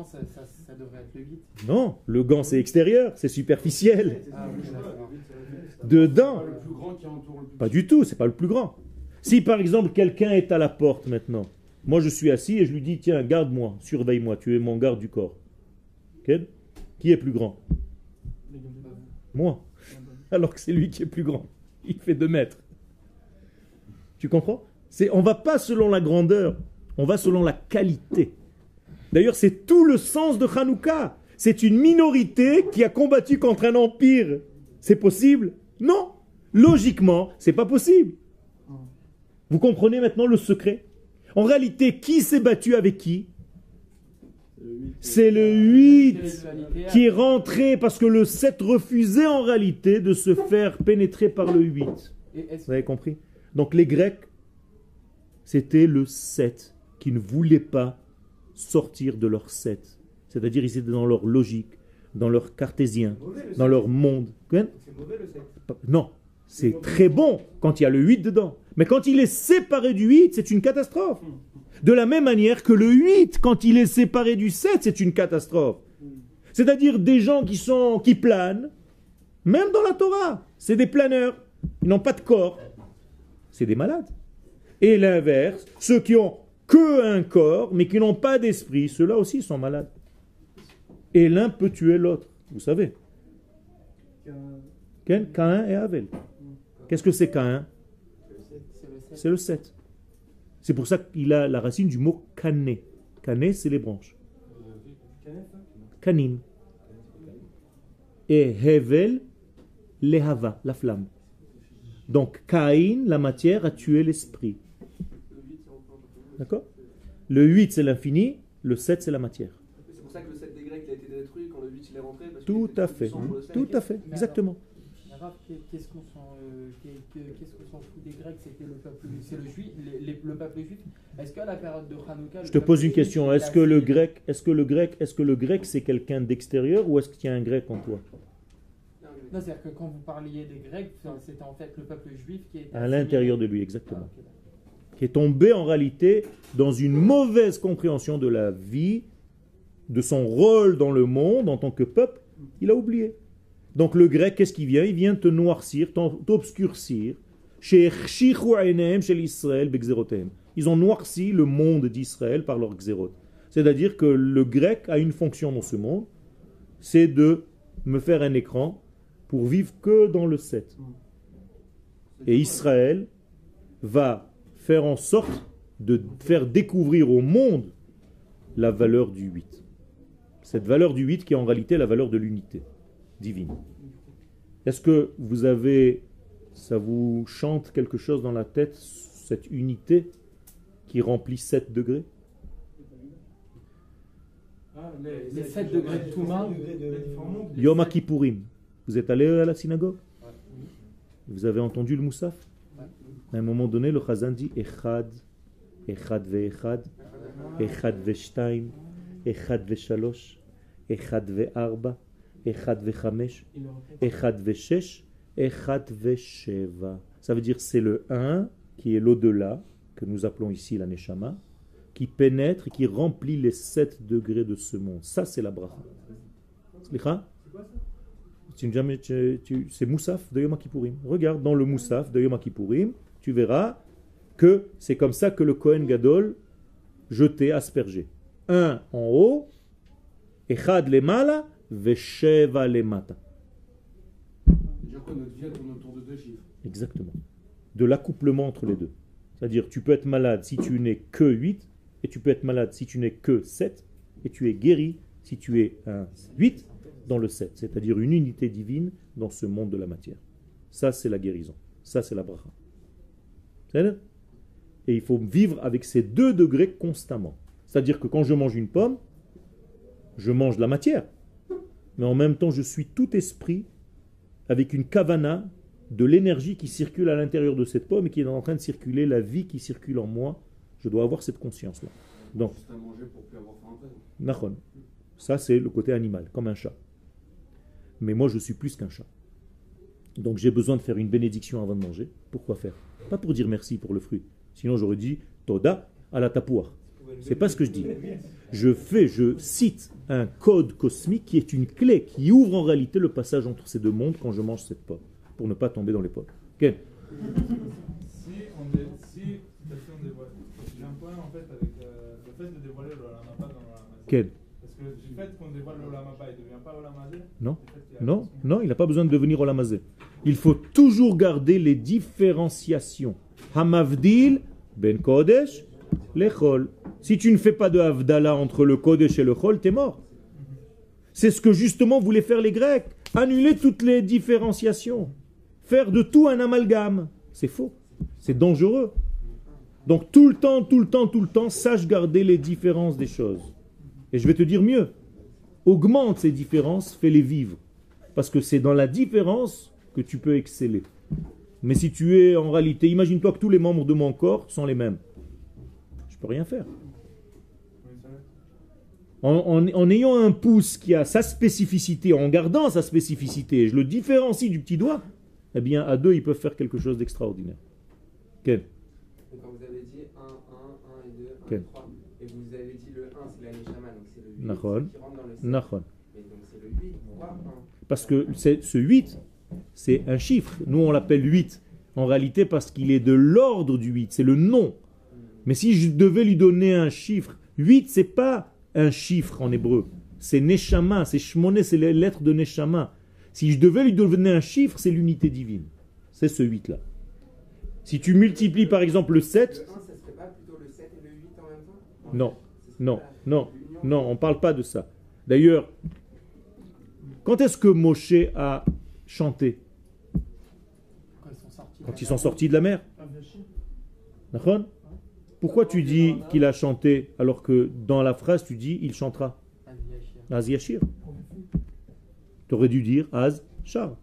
ça devrait être le 8. Non, le gant c'est extérieur, c'est superficiel. Ah, oui, d'accord. Dedans, Le plus grand qui entoure le plus pas du tout, c'est pas le plus grand. Si par exemple quelqu'un est à la porte maintenant, moi je suis assis et je lui dis tiens garde-moi, surveille-moi, tu es mon garde du corps. Ok? Qui est plus grand? Moi. Alors que c'est lui qui est plus grand. Il fait 2 mètres. Tu comprends? On va pas selon la grandeur, on va selon la qualité. D'ailleurs c'est tout le sens de Hanouka. C'est une minorité qui a combattu contre un empire. C'est possible? Non. Logiquement, c'est pas possible. Vous comprenez maintenant le secret? En réalité, qui s'est battu avec qui? C'est le 8 qui est rentré parce que le 7 refusait en réalité de se faire pénétrer par le 8. Vous avez compris? Donc les Grecs, c'était le 7 qui ne voulait pas sortir de leur 7. C'est-à-dire ils étaient dans leur logique, dans leur cartésien, dans leur monde. C'est mauvais le 7. Non, c'est très bon quand il y a le 8 dedans. Mais quand il est séparé du 8, c'est une catastrophe. De la même manière que le 8, quand il est séparé du 7, c'est une catastrophe. C'est-à-dire des gens qui planent, même dans la Torah, c'est des planeurs. Ils n'ont pas de corps. C'est des malades. Et l'inverse, ceux qui ont que un corps, mais qui n'ont pas d'esprit, ceux-là aussi sont malades. Et l'un peut tuer l'autre, vous savez. Caïn et Abel. Qu'est-ce que c'est Caïn? C'est le 7. C'est pour ça qu'il a la racine du mot cané. Cané, c'est les branches. Canim. Et Hevel, lehava, la flamme. Donc Caïn, la matière, a tué l'esprit. D'accord? Le 8, c'est l'infini. Le 7, c'est la matière. C'est pour ça que le 7 des Grecs a été détruit quand le 8 il est rentré. Parce Tout qu'il à était fait. puissant pour le 7. Tout à fait. Exactement. Qu'est-ce qu'on s'en fout des Grecs? C'était le peuple, c'est le juif, le peuple juif. Est-ce qu'à la période de Hanouka, Je te pose une question. Est-ce que le grec, c'est quelqu'un d'extérieur ou est-ce qu'il y a un grec en toi? Non, c'est-à-dire que quand vous parliez des Grecs, c'était en fait le peuple juif qui était À l'intérieur de lui, exactement. Qui est tombé en réalité dans une mauvaise compréhension de la vie, de son rôle dans le monde en tant que peuple. Il a oublié. Donc le grec, qu'est-ce qu'il vient? Il vient te noircir, t'obscurcir. Ils ont noirci le monde d'Israël par leur xérot. C'est-à-dire que le grec a une fonction dans ce monde, c'est de me faire un écran pour vivre que dans le 7. Et Israël va faire en sorte de faire découvrir au monde la valeur du 8. Cette valeur du 8 qui est en réalité la valeur de l'unité divine. Est-ce que ça vous chante quelque chose dans la tête, cette unité qui remplit 7 degrés? Les 7 degrés de Touma. Yom Kippourim. Vous êtes allé à la synagogue? Vous avez entendu le Moussaf? À un moment donné, le Chazan dit Echad, Echad ve'echad, Echad ve'shtaim, Echad ve'shalosh, Echad ve'arba, Echad ve'chamesh, Echad ve'shesh, Echad ve'sheva. Ça veut dire c'est le 1 qui est l'au-delà, que nous appelons ici la Neshama, qui pénètre et qui remplit les 7 degrés de ce monde. Ça, c'est la bracha. Slicha? C'est Moussaf de Yom Kippourim. Regarde dans le Moussaf de Yom Kippourim, tu verras que c'est comme ça que le Kohen Gadol jetait, aspergé. 1 en haut, Echad lemala, Vesheva lemata. Dire que notre vie tourne autour de 2 chiffres. Exactement. De l'accouplement entre les deux. C'est-à-dire, tu peux être malade si tu n'es que 8, et tu peux être malade si tu n'es que 7, et tu es guéri si tu es un 8 dans le 7. C'est-à-dire une unité divine dans ce monde de la matière. Ça, c'est la guérison. Ça, c'est la bracha. C'est-à-dire? Et il faut vivre avec ces 2 degrés constamment. C'est-à-dire que quand je mange une pomme, je mange de la matière. Mais en même temps, je suis tout esprit avec une kavana de l'énergie qui circule à l'intérieur de cette pomme et qui est en train de circuler, la vie qui circule en moi. Je dois avoir cette conscience-là. Donc, Juste à manger pour plus avoir faim après. nachon. Ça, c'est le côté animal, comme un chat. Mais moi, je suis plus qu'un chat. Donc, j'ai besoin de faire une bénédiction avant de manger. Pourquoi faire? Pas pour dire merci pour le fruit. Sinon, j'aurais dit Toda à la tapouar. C'est pas ce que je dis. Je cite un code cosmique qui est une clé, qui ouvre en réalité le passage entre ces deux mondes quand je mange cette pomme, pour ne pas tomber dans les pommes. Okay. Parce qu'on dévoile, j'ai un point en fait avec le fait de dévoiler le Olam Haba dans l'Olam Hazé. Okay. Parce que du fait qu'on dévoile le Olam Haba, il ne devient pas Olam Hazé? Non, non, il n'a pas besoin de devenir Olam Hazé. Il faut toujours garder les différenciations. Hamavdil ben Kodesh lechol. Si tu ne fais pas de Havdalah entre le Kodesh et le Chol, t'es mort. C'est ce que justement voulaient faire les Grecs. Annuler toutes les différenciations. Faire de tout un amalgame. C'est faux. C'est dangereux. Donc tout le temps, sache garder les différences des choses. Et je vais te dire mieux. Augmente ces différences, fais-les vivre. Parce que c'est dans la différence que tu peux exceller. Mais si tu es en réalité, imagine-toi que tous les membres de mon corps sont les mêmes. Je peux rien faire. En ayant un pouce qui a sa spécificité, en gardant sa spécificité, je le différencie du petit doigt, eh bien à deux ils peuvent faire quelque chose d'extraordinaire. Quel? Quand vous avez dit 1, 1, 1 et 2, 1 Quel? et 3, et vous avez dit le 1 c'est la Neshama, donc c'est le 8 Nachon. qui rentre dans le 7. Nachon. Mais donc c'est le 8, pourquoi 1? Parce que ce 8, c'est un chiffre. Nous on l'appelle 8. En réalité parce qu'il est de l'ordre du 8, c'est le nom. Mais si je devais lui donner un chiffre, 8 c'est pas un chiffre en hébreu. C'est Neshama, c'est Shmoné, c'est les lettres de Neshama. Si je devais lui donner un chiffre, c'est l'unité divine. C'est ce 8-là. Si tu multiplies par exemple le 7... Le 1, ça serait pas plutôt le 7 et le 8 en même temps? Non, on ne parle pas de ça. D'ailleurs, quand est-ce que Moshe a chanté? Quand ils sont sortis de la mer. D'accord? Pourquoi tu dis qu'il a chanté alors que dans la phrase tu dis il chantera? Az Yashir. Tu aurais dû dire Az Shar.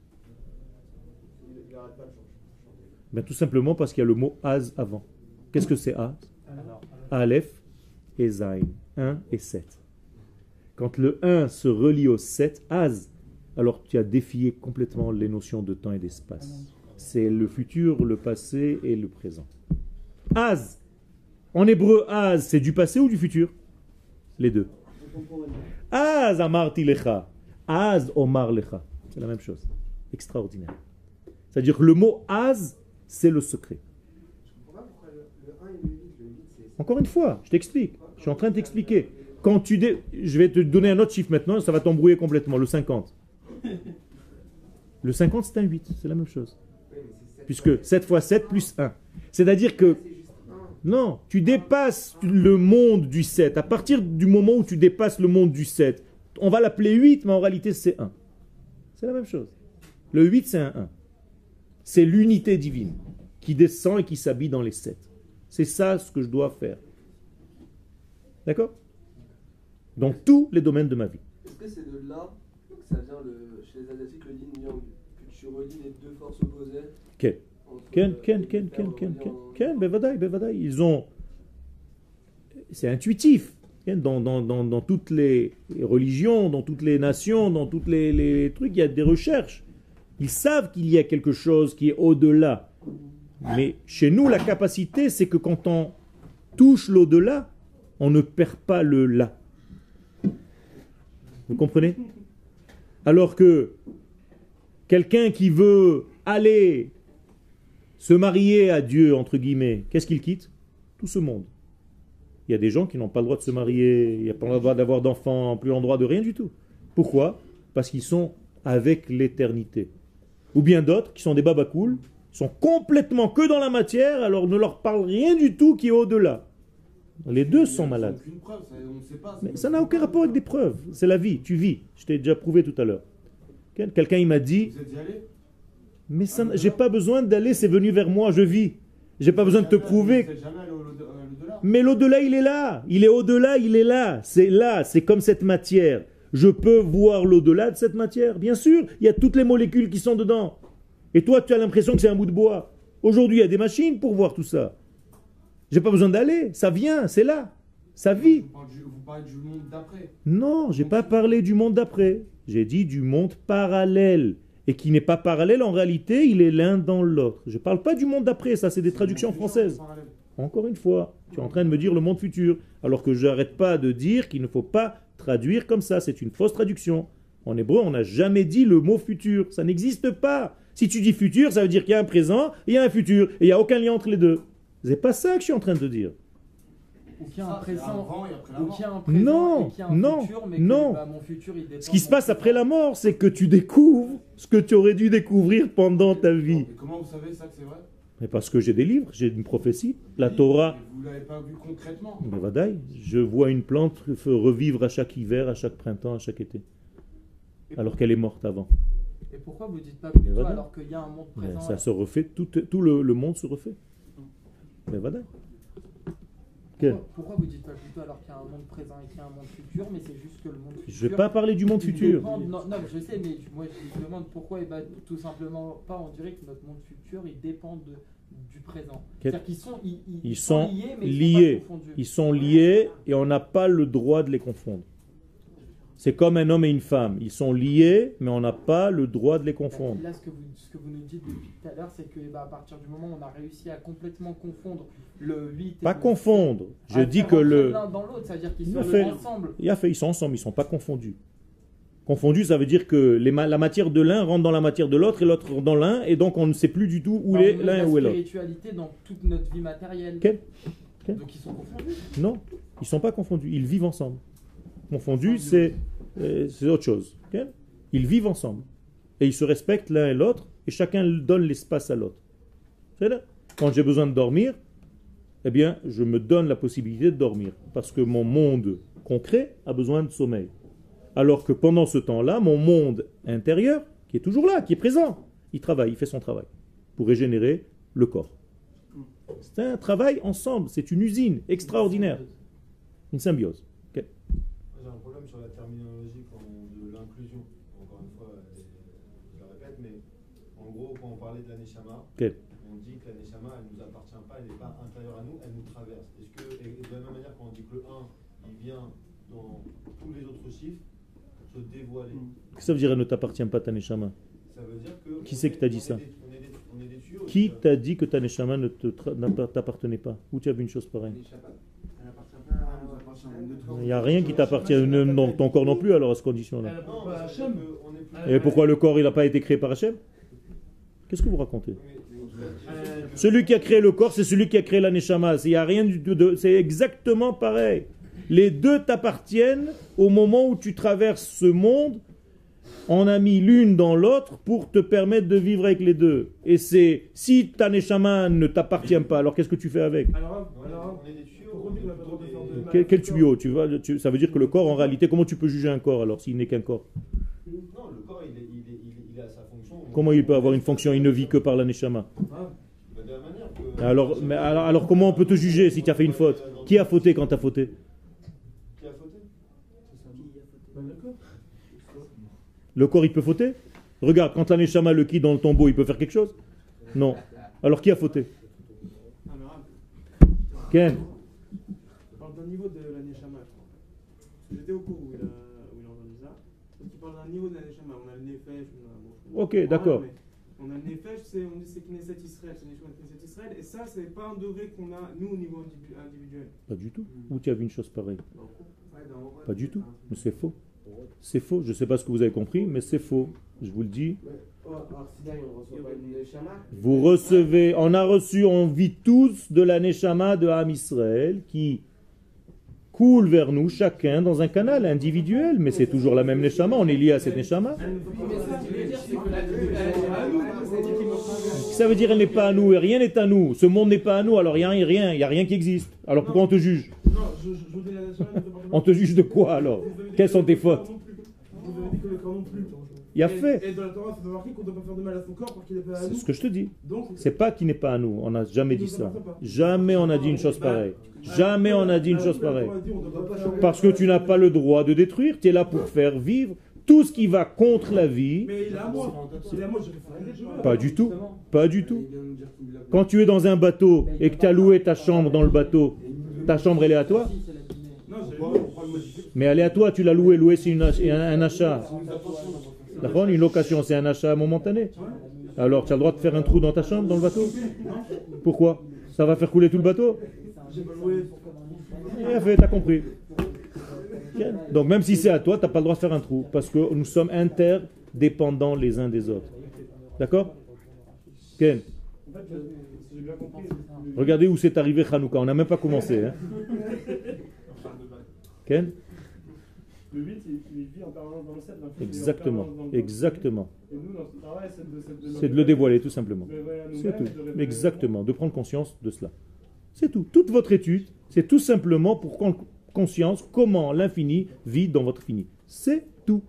Ben, tout simplement parce qu'il y a le mot Az avant. Qu'est-ce que c'est Az? Aleph et Zayn. 1 et 7. Quand le 1 se relie au 7, Az, alors tu as défié complètement les notions de temps et d'espace. C'est le futur, le passé et le présent. Az. En hébreu, Az, c'est du passé ou du futur? Les deux. Az amarti lecha. Az omar lecha. C'est la même chose. Extraordinaire. C'est-à-dire que le mot Az, c'est le secret. Je comprends pas pourquoi le 1 et le 8, c'est... Encore une fois, je t'explique. Je suis en train de t'expliquer. Quand je vais te donner un autre chiffre maintenant, ça va t'embrouiller complètement. Le 50. Le 50, c'est un 8. C'est la même chose. Puisque 7 fois 7 plus 1. C'est-à-dire que non, tu dépasses le monde du 7. À partir du moment où tu dépasses le monde du 7, on va l'appeler 8, mais en réalité c'est 1. C'est la même chose. Le 8, c'est un 1. C'est l'unité divine qui descend et qui s'habille dans les 7. C'est ça ce que je dois faire. D'accord? Dans tous les domaines de ma vie. Est-ce que c'est de là que ça vient chez les Asiatiques le yin yang, que tu relis les deux forces opposées? Ken, bevadaï. Ils ont... C'est intuitif. Dans toutes les religions, dans toutes les nations, dans tous les trucs, il y a des recherches. Ils savent qu'il y a quelque chose qui est au-delà. Mais chez nous, la capacité, c'est que quand on touche l'au-delà, on ne perd pas le là. Vous comprenez? Alors que quelqu'un qui veut aller se marier à Dieu, entre guillemets, qu'est-ce qu'il quitte? Tout ce monde. Il y a des gens qui n'ont pas le droit de se marier, il n'y a pas le droit d'avoir d'enfants, plus le droit de rien du tout. Pourquoi? Parce qu'ils sont avec l'éternité. Ou bien d'autres qui sont des babacools, sont complètement que dans la matière, alors ne leur parle rien du tout qui est au-delà. Les deux sont malades. Mais ça n'a aucun rapport avec des preuves. C'est la vie, tu vis. Je t'ai déjà prouvé tout à l'heure. Quelqu'un il m'a dit... Vous êtes y allé? Mais j'ai pas besoin d'aller, c'est venu vers moi, je vis. J'ai pas besoin de te prouver. Mais l'au-delà, il est là. Il est au-delà, il est là. C'est comme cette matière. Je peux voir l'au-delà de cette matière. Bien sûr, il y a toutes les molécules qui sont dedans. Et toi, tu as l'impression que c'est un bout de bois. Aujourd'hui, il y a des machines pour voir tout ça. J'ai pas besoin d'aller. Ça vient, c'est là. Ça vit. Vous parlez du monde d'après. Non, j'ai pas parlé du monde d'après. J'ai dit du monde parallèle. Et qui n'est pas parallèle, en réalité, il est l'un dans l'autre. Je ne parle pas du monde d'après, ça c'est des traductions françaises. Encore une fois, tu es en train de me dire le monde futur, alors que je n'arrête pas de dire qu'il ne faut pas traduire comme ça, c'est une fausse traduction. En hébreu, on n'a jamais dit le mot futur, ça n'existe pas. Si tu dis futur, ça veut dire qu'il y a un présent et il y a un futur, et il n'y a aucun lien entre les deux. C'est pas ça que je suis en train de te dire. Ou qu'il y a un présent, ou qu'il y a un Non, présent et qu'il y a un non, futur, mais non. que mon futur, il dépend Ce qui se de passe mon après la mort, c'est que tu découvres ce que tu aurais dû découvrir pendant ta vie. Et comment vous savez ça que c'est vrai? Mais parce que j'ai des livres, j'ai une prophétie, la Torah. Mais vous l'avez pas vu concrètement. Mais vadaï, je vois une plante revivre à chaque hiver, à chaque printemps, à chaque été, alors qu'elle est morte avant. Et pourquoi vous dites pas plutôt voilà. alors qu'il y a un monde Mais présent ça se refait, tout le monde se refait. Mais vadaï. Pourquoi vous dites pas plutôt alors qu'il y a un monde présent et qu'il y a un monde futur, mais c'est juste que le monde futur... Je ne vais pas parler du monde il futur. dépend de- non, je sais, mais moi je me demande pourquoi, et tout simplement pas, on dirait que notre monde futur, il dépend du présent. C'est-à-dire qu'ils sont, Ils sont liés, mais liés. ils sont pas confondus. Ils sont liés et on n'a pas le droit de les confondre. C'est comme un homme et une femme. Ils sont liés, mais on n'a pas le droit de les confondre. Là, ce que vous nous dites depuis tout à l'heure, c'est que à partir du moment où on a réussi à complètement confondre le 8 et Pas le confondre. Je à dis faire que rentrer le... l'un dans l'autre, c'est-à-dire qu'ils Il sont a fait. ensemble. Ils sont ensemble, ils ne sont pas confondus. Confondus, ça veut dire que la matière de l'un rentre dans la matière de l'autre et l'autre rentre dans l'un, et donc on ne sait plus du tout où est l'un et où est la l'autre. spiritualité dans toute notre vie matérielle. Quel Donc ils sont confondus. Non, ils ne sont pas confondus, ils vivent ensemble. Confondus, c'est autre chose. Ok. Ils vivent ensemble. Et ils se respectent l'un et l'autre, et chacun donne l'espace à l'autre. C'est là. Quand j'ai besoin de dormir, eh bien, je me donne la possibilité de dormir. Parce que mon monde concret a besoin de sommeil. Alors que pendant ce temps-là, mon monde intérieur, qui est toujours là, qui est présent, il travaille, il fait son travail pour régénérer le corps. C'est un travail ensemble, c'est une usine extraordinaire. Une symbiose. Ok. J'ai un problème sur la terminologie de l'inclusion. Encore une fois, je le répète, mais en gros, quand on parlait de la Neshama, Ok. on dit que la Neshama, elle ne nous appartient pas, elle n'est pas intérieure à nous, elle nous traverse. Et de la même manière, quand on dit que le 1, il vient dans tous les autres chiffres, se dévoiler. Qu'est-ce que ça veut dire elle ne t'appartient pas ta neshama? Ça veut dire que... Qui c'est qui t'a dit ça? On est des tuyaux. Qui t'a dit que ta neshama ne t'appartenait pas? Où tu as vu une chose pareille? Il n'y a rien qui t'appartient, non, ton corps non plus alors à ce condition-là. Non, parce que on est plus... Et pourquoi le corps il n'a pas été créé par Hachem? Qu'est-ce que vous racontez? Celui qui a créé le corps, c'est celui qui a créé la neshama. Il y a rien c'est exactement pareil. Les deux t'appartiennent au moment où tu traverses ce monde. On a mis l'une dans l'autre pour te permettre de vivre avec les deux. Et c'est si ta neshama ne t'appartient pas, alors qu'est-ce que tu fais avec? Alors, On est des tuyaux. pourquoi on dit qu'on n'a pas le droit de faire de mal? Quel tuyau ça veut dire que le corps, en réalité, comment tu peux juger un corps alors s'il n'est qu'un corps? Non, le corps, il a sa fonction. Comment il peut avoir une fonction? Il ne vit que par la neshama. De la manière que... Alors comment on peut te juger si tu as fait une faute? Qui a fauté quand tu as fauté? Qui a fauté? Le corps, il peut fauter? Regarde, quand la neshama le quitte dans le tombeau, il peut faire quelque chose? Non. Alors qui a fauté? Ken? Je parle d'un niveau de la Neshama, je crois. J'étais au cours où il a entendu ça. Donc il parle d'un niveau de la Neshama. On a le Nefesh, Ok, d'accord. On a le Nefesh, on dit c'est Knesset Israël, c'est Neshama Knesset Israël. Et ça, c'est pas un degré qu'on a, nous, au niveau individuel. Pas du tout. Où tu as vu une chose pareille? Ouais, Pas du tout. Mais c'est faux. C'est faux. Je ne sais pas ce que vous avez compris, mais c'est faux. Je vous le dis. Vous recevez, on vit tous de la Neshama de Ham Israël qui coule vers nous, chacun dans un canal individuel, mais c'est toujours la même Neshama, on est lié à cette Neshama. Ça veut dire elle n'est pas à nous et rien n'est à nous. Ce monde n'est pas à nous, alors il n'y a rien qui existe. Alors pourquoi on te juge? Non, je vous dis la Neshama. On te juge de quoi alors? Quelles sont tes fautes? Vous avez dit que le corps non plus. Il y a fait. Et dans la Torah, c'est marqué qu'on ne doit pas faire de mal à son corps parce qu'il n'est pas à nous. C'est ce que je te dis. Donc, C'est pas qu'il n'est pas à nous. On n'a jamais dit ça. Jamais on a dit une chose pareille. Jamais on a dit une chose pareille. Parce que tu n'as pas le droit de détruire. Tu es là pour faire vivre tout ce qui va contre la vie. mais il est à moi. Il est à moi, je vais faire ce que je veux. Pas du tout. Pas du tout. Quand tu es dans un bateau et que tu as loué ta chambre dans le bateau, ta chambre elle est à toi? Non, j'ai Mais elle est à toi, tu l'as loué. Louer c'est un achat. D'accord? Une location c'est un achat momentané. Alors tu as le droit de faire un trou dans ta chambre, dans le bateau? Pourquoi? Ça va faire couler tout le bateau? Bien fait, t'as compris. Donc même si c'est à toi, t'as pas le droit de faire un trou, parce que nous sommes interdépendants les uns des autres. D'accord? Ken? En fait, si j'ai bien compris, Regardez où c'est arrivé Hanouka, on n'a même pas commencé. Hein. Ken? le 8, il vit en permanence dans le 7. Exactement, exactement. Et nous, notre travail, C'est de le dévoiler, tout simplement. C'est tout. Exactement, de prendre conscience de cela. C'est tout. Toute votre étude, c'est tout simplement pour prendre conscience comment l'infini vit dans votre fini. C'est tout.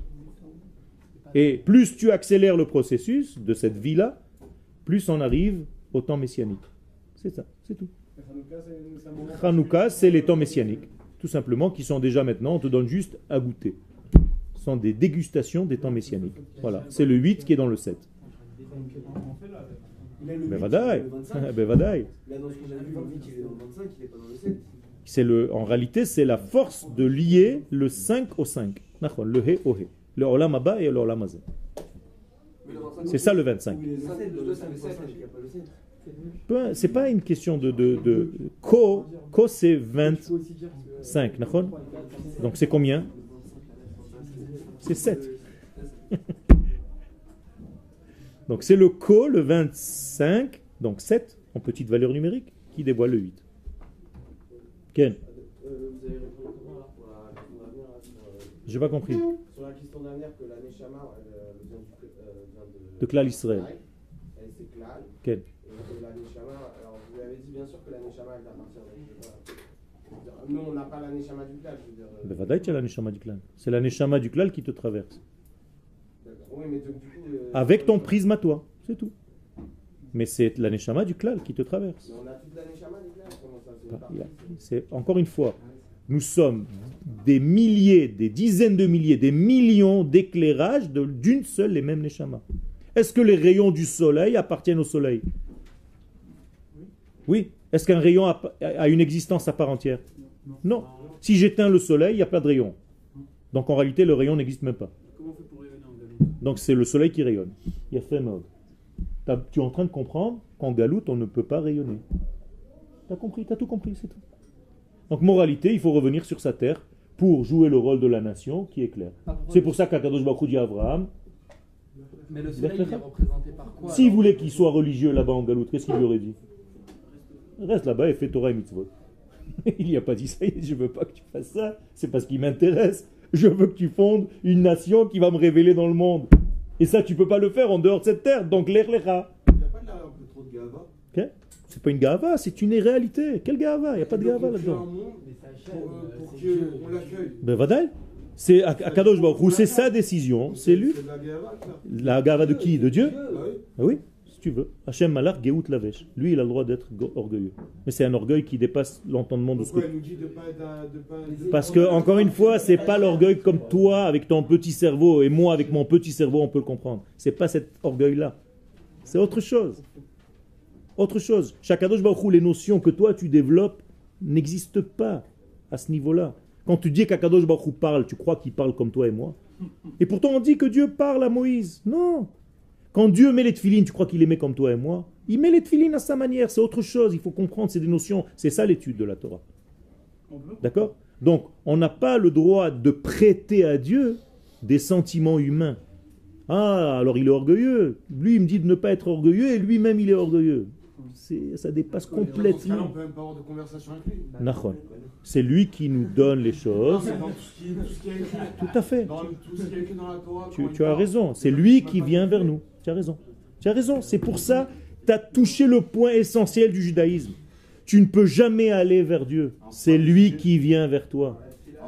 Et plus tu accélères le processus de cette vie-là, plus on arrive au temps messianique. C'est ça, c'est tout. Hanouka, c'est les temps messianiques, tout simplement, qui sont déjà maintenant, on te donne juste à goûter. Ce sont des dégustations des temps messianiques. Voilà, c'est le 8 qui est dans le 7. Bevadaï. Bevadaï. Là, dans ce qu'on a vu, le 8, il est dans le 25, il n'est pas dans le 7. En réalité, c'est la force de lier le 5 au 5. Le He au He. Le Olam Haba et le Olam Hazé. C'est ça le 25. C'est pas une question de Ko c'est 25. Donc c'est combien? C'est 7. Donc c'est le Ko, le 25, donc 7, en petite valeur numérique, qui dévoile le 8. Ken? Vous avez répondu comment là pour la question dernière J'ai pas compris. sur la question dernière que la Neshama elle vient De Klal Israël. Elle c'est Klal. Ken? Et la Neshama, alors vous avez dit bien sûr que la Neshama elle appartient à nous on n'a pas la Neshama du Klal. Bevadaï, tu as la Neshama du Klal. C'est la Neshama du Klal qui te traverse. Oui, mais donc, du coup, Avec ton prisme à toi, c'est tout. Mais c'est la Neshama du Klal qui te traverse. Mais on a toute la Neshama du Klal. Comment ça C'est encore une fois, nous sommes des milliers, des dizaines de milliers, des millions d'éclairages d'une seule et même Neshama. Est-ce que les rayons du soleil appartiennent au soleil? Oui. Est-ce qu'un rayon a une existence à part entière? Non. Si j'éteins le soleil, il n'y a pas de rayon. Donc en réalité, le rayon n'existe même pas. Comment on fait pour rayonner en Galoute? Donc c'est le soleil qui rayonne. Il y a fait mode. Tu es en train de comprendre qu'en Galoute, on ne peut pas rayonner. Tu as compris, tu as tout compris, c'est tout. Donc moralité, il faut revenir sur sa terre pour jouer le rôle de la nation qui est clair. C'est pour ça qu'Akadosh Baruch Hu dit à Abraham. Mais le soleil, il est représenté par quoi? S'il voulait qu'il soit religieux là-bas en Galoute, qu'est-ce qu'il lui aurait dit? Reste là-bas et fais Torah et Mitzvot. Il n'y a pas dit ça, je veux pas que tu fasses ça, c'est parce qu'il m'intéresse. Je veux que tu fondes une nation qui va me révéler dans le monde. Et ça, tu peux pas le faire en dehors de cette terre, donc l'Erlecha. Il n'y a pas un peu trop de gava. Okay. C'est pas une gava, c'est une réalité. Quelle gava? Il n'y a pas de gava là-dedans. Pour qu'on l'accueille. Ben Vadaï. C'est Akadosh Baruch Hu, c'est sa décision, c'est lui. C'est de la gava, ça. La gava de qui? De Dieu? Oui. Ah oui, si tu veux. Hachem Malach Geout Lavesh. Lui, il a le droit d'être orgueilleux. Mais c'est un orgueil qui dépasse l'entendement de ce que... Pourquoi elle nous dit de pas être... Parce que, encore une fois, c'est pas l'orgueil comme toi, avec ton petit cerveau, et moi, avec mon petit cerveau, on peut le comprendre. C'est pas cet orgueil-là. C'est autre chose. Autre chose. Shakadosh Baruch Hu, les notions que toi, tu développes, n'existent pas à ce niveau-là. Quand tu dis qu'Akadosh Baruch Hu parle, tu crois qu'il parle comme toi et moi? Et pourtant, on dit que Dieu parle à Moïse. Non. Quand Dieu met les tefilines, tu crois qu'il les met comme toi et moi? Il met les tefilines à sa manière, c'est autre chose. Il faut comprendre, c'est des notions. C'est ça l'étude de la Torah. D'accord? Donc, on n'a pas le droit de prêter à Dieu des sentiments humains. Ah, alors il est orgueilleux. Lui, il me dit de ne pas être orgueilleux et lui-même, il est orgueilleux. Ça dépasse complètement. On peut même pas avoir de conversation avec lui. Nachon. C'est lui qui nous donne les choses. Non, mais dans tout ce qui est écrit. Tout à fait. Dans tout ce qui est écrit dans la Torah. Tu as raison. C'est lui qui vient vers nous. Tu as raison. Tu as raison. C'est pour ça que tu as touché le point essentiel du judaïsme. Tu ne peux jamais aller vers Dieu. C'est lui qui vient vers toi.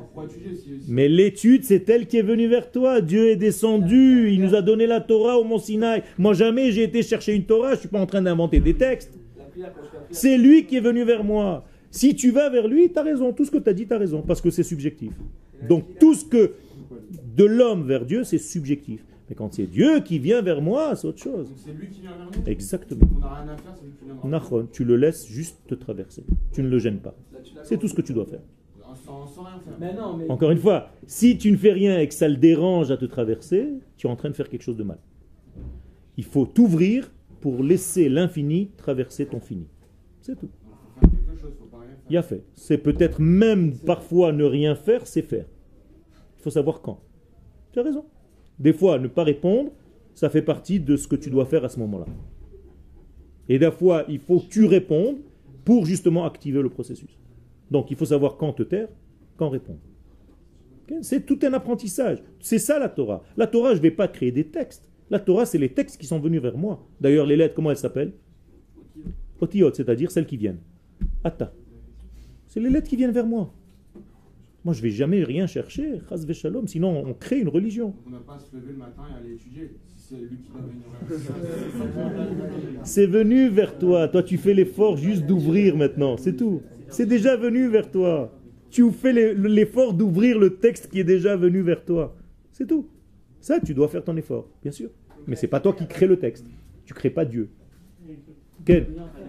Mais l'étude, c'est elle qui est venue vers toi. Dieu est descendu. Il nous a donné la Torah au Mont Sinaï. Moi, jamais j'ai été chercher une Torah. Je ne suis pas en train d'inventer des textes. C'est lui qui est venu vers moi. Si tu vas vers lui, tu as raison. Tout ce que tu as dit, tu as raison. Parce que c'est subjectif. Donc, tout ce que de l'homme vers Dieu, c'est subjectif. Mais quand c'est Dieu qui vient vers moi, c'est autre chose. Donc c'est lui qui vient vers nous. Exactement. On n'a rien à faire, c'est lui qui vient vers nous. Nachon, tu le laisses juste te traverser. Tu ne le gênes pas. C'est tout ce que tu dois faire. Sans rien faire. Mais non, mais... Encore une fois, si tu ne fais rien et que ça le dérange à te traverser, tu es en train de faire quelque chose de mal. Il faut t'ouvrir pour laisser l'infini traverser ton fini. C'est tout. Il faut faire quelque chose, il ne faut pas rien faire. Il y a fait. C'est peut-être même parfois ne rien faire, c'est faire. Il faut savoir quand. Tu as raison. Des fois, ne pas répondre, ça fait partie de ce que tu dois faire à ce moment-là. Et des fois, il faut que tu répondes pour justement activer le processus. Donc, il faut savoir quand te taire, quand répondre. Okay? C'est tout un apprentissage. C'est ça la Torah. La Torah, je ne vais pas créer des textes. La Torah, c'est les textes qui sont venus vers moi. D'ailleurs, les lettres, comment elles s'appellent? Otiyot, c'est-à-dire celles qui viennent. Atta. C'est les lettres qui viennent vers moi. Moi, je ne vais jamais rien chercher, chas v'shalom, sinon on crée une religion. On n'a pas à se lever le matin et aller étudier. Si c'est lui qui doit venir. C'est venu vers toi. Toi, tu fais l'effort juste d'ouvrir maintenant. C'est tout. C'est déjà venu vers toi. Tu fais l'effort d'ouvrir le texte qui est déjà venu vers toi. C'est tout. Ça, tu dois faire ton effort, bien sûr. Mais c'est pas toi qui crée le texte. Tu crées pas Dieu. Quel?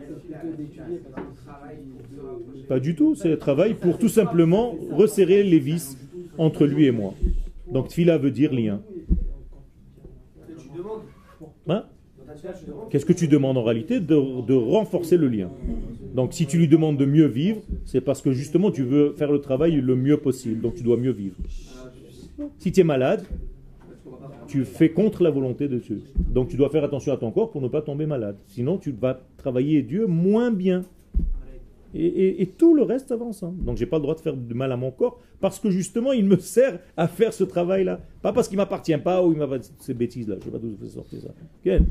Pas du tout. C'est le travail pour tout simplement resserrer les vis entre lui et moi. Donc, tfila veut dire lien. Hein? Qu'est-ce que tu demandes en réalité? De renforcer le lien. Donc si tu lui demandes de mieux vivre, c'est parce que justement tu veux faire le travail le mieux possible. Donc tu dois mieux vivre. Si tu es malade, tu fais contre la volonté de Dieu. Donc tu dois faire attention à ton corps pour ne pas tomber malade. Sinon tu vas travailler Dieu moins bien. Et tout le reste avance. Hein. Donc j'ai pas le droit de faire de mal à mon corps parce que justement il me sert à faire ce travail-là. Pas parce qu'il ne m'appartient pas ou il m'a ces bêtises-là. Je ne sais pas d'où vous sortez ça. Quel?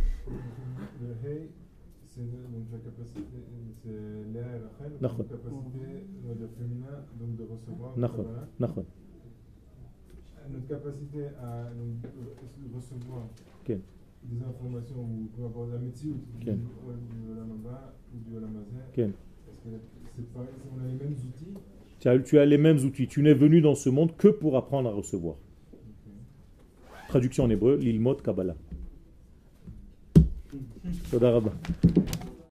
C'est donc la capacité, c'est Léa et Rachel, la capacité féminin donc de recevoir. Notre capacité à recevoir des informations ou peu importe la métier ou du Olamaba ou du Olamazé. C'est pareil, on a les mêmes outils. Tu as les mêmes outils. Tu n'es venu dans ce monde que pour apprendre à recevoir. Traduction en hébreu, l'ilmot Kabbalah. Toda Rabba.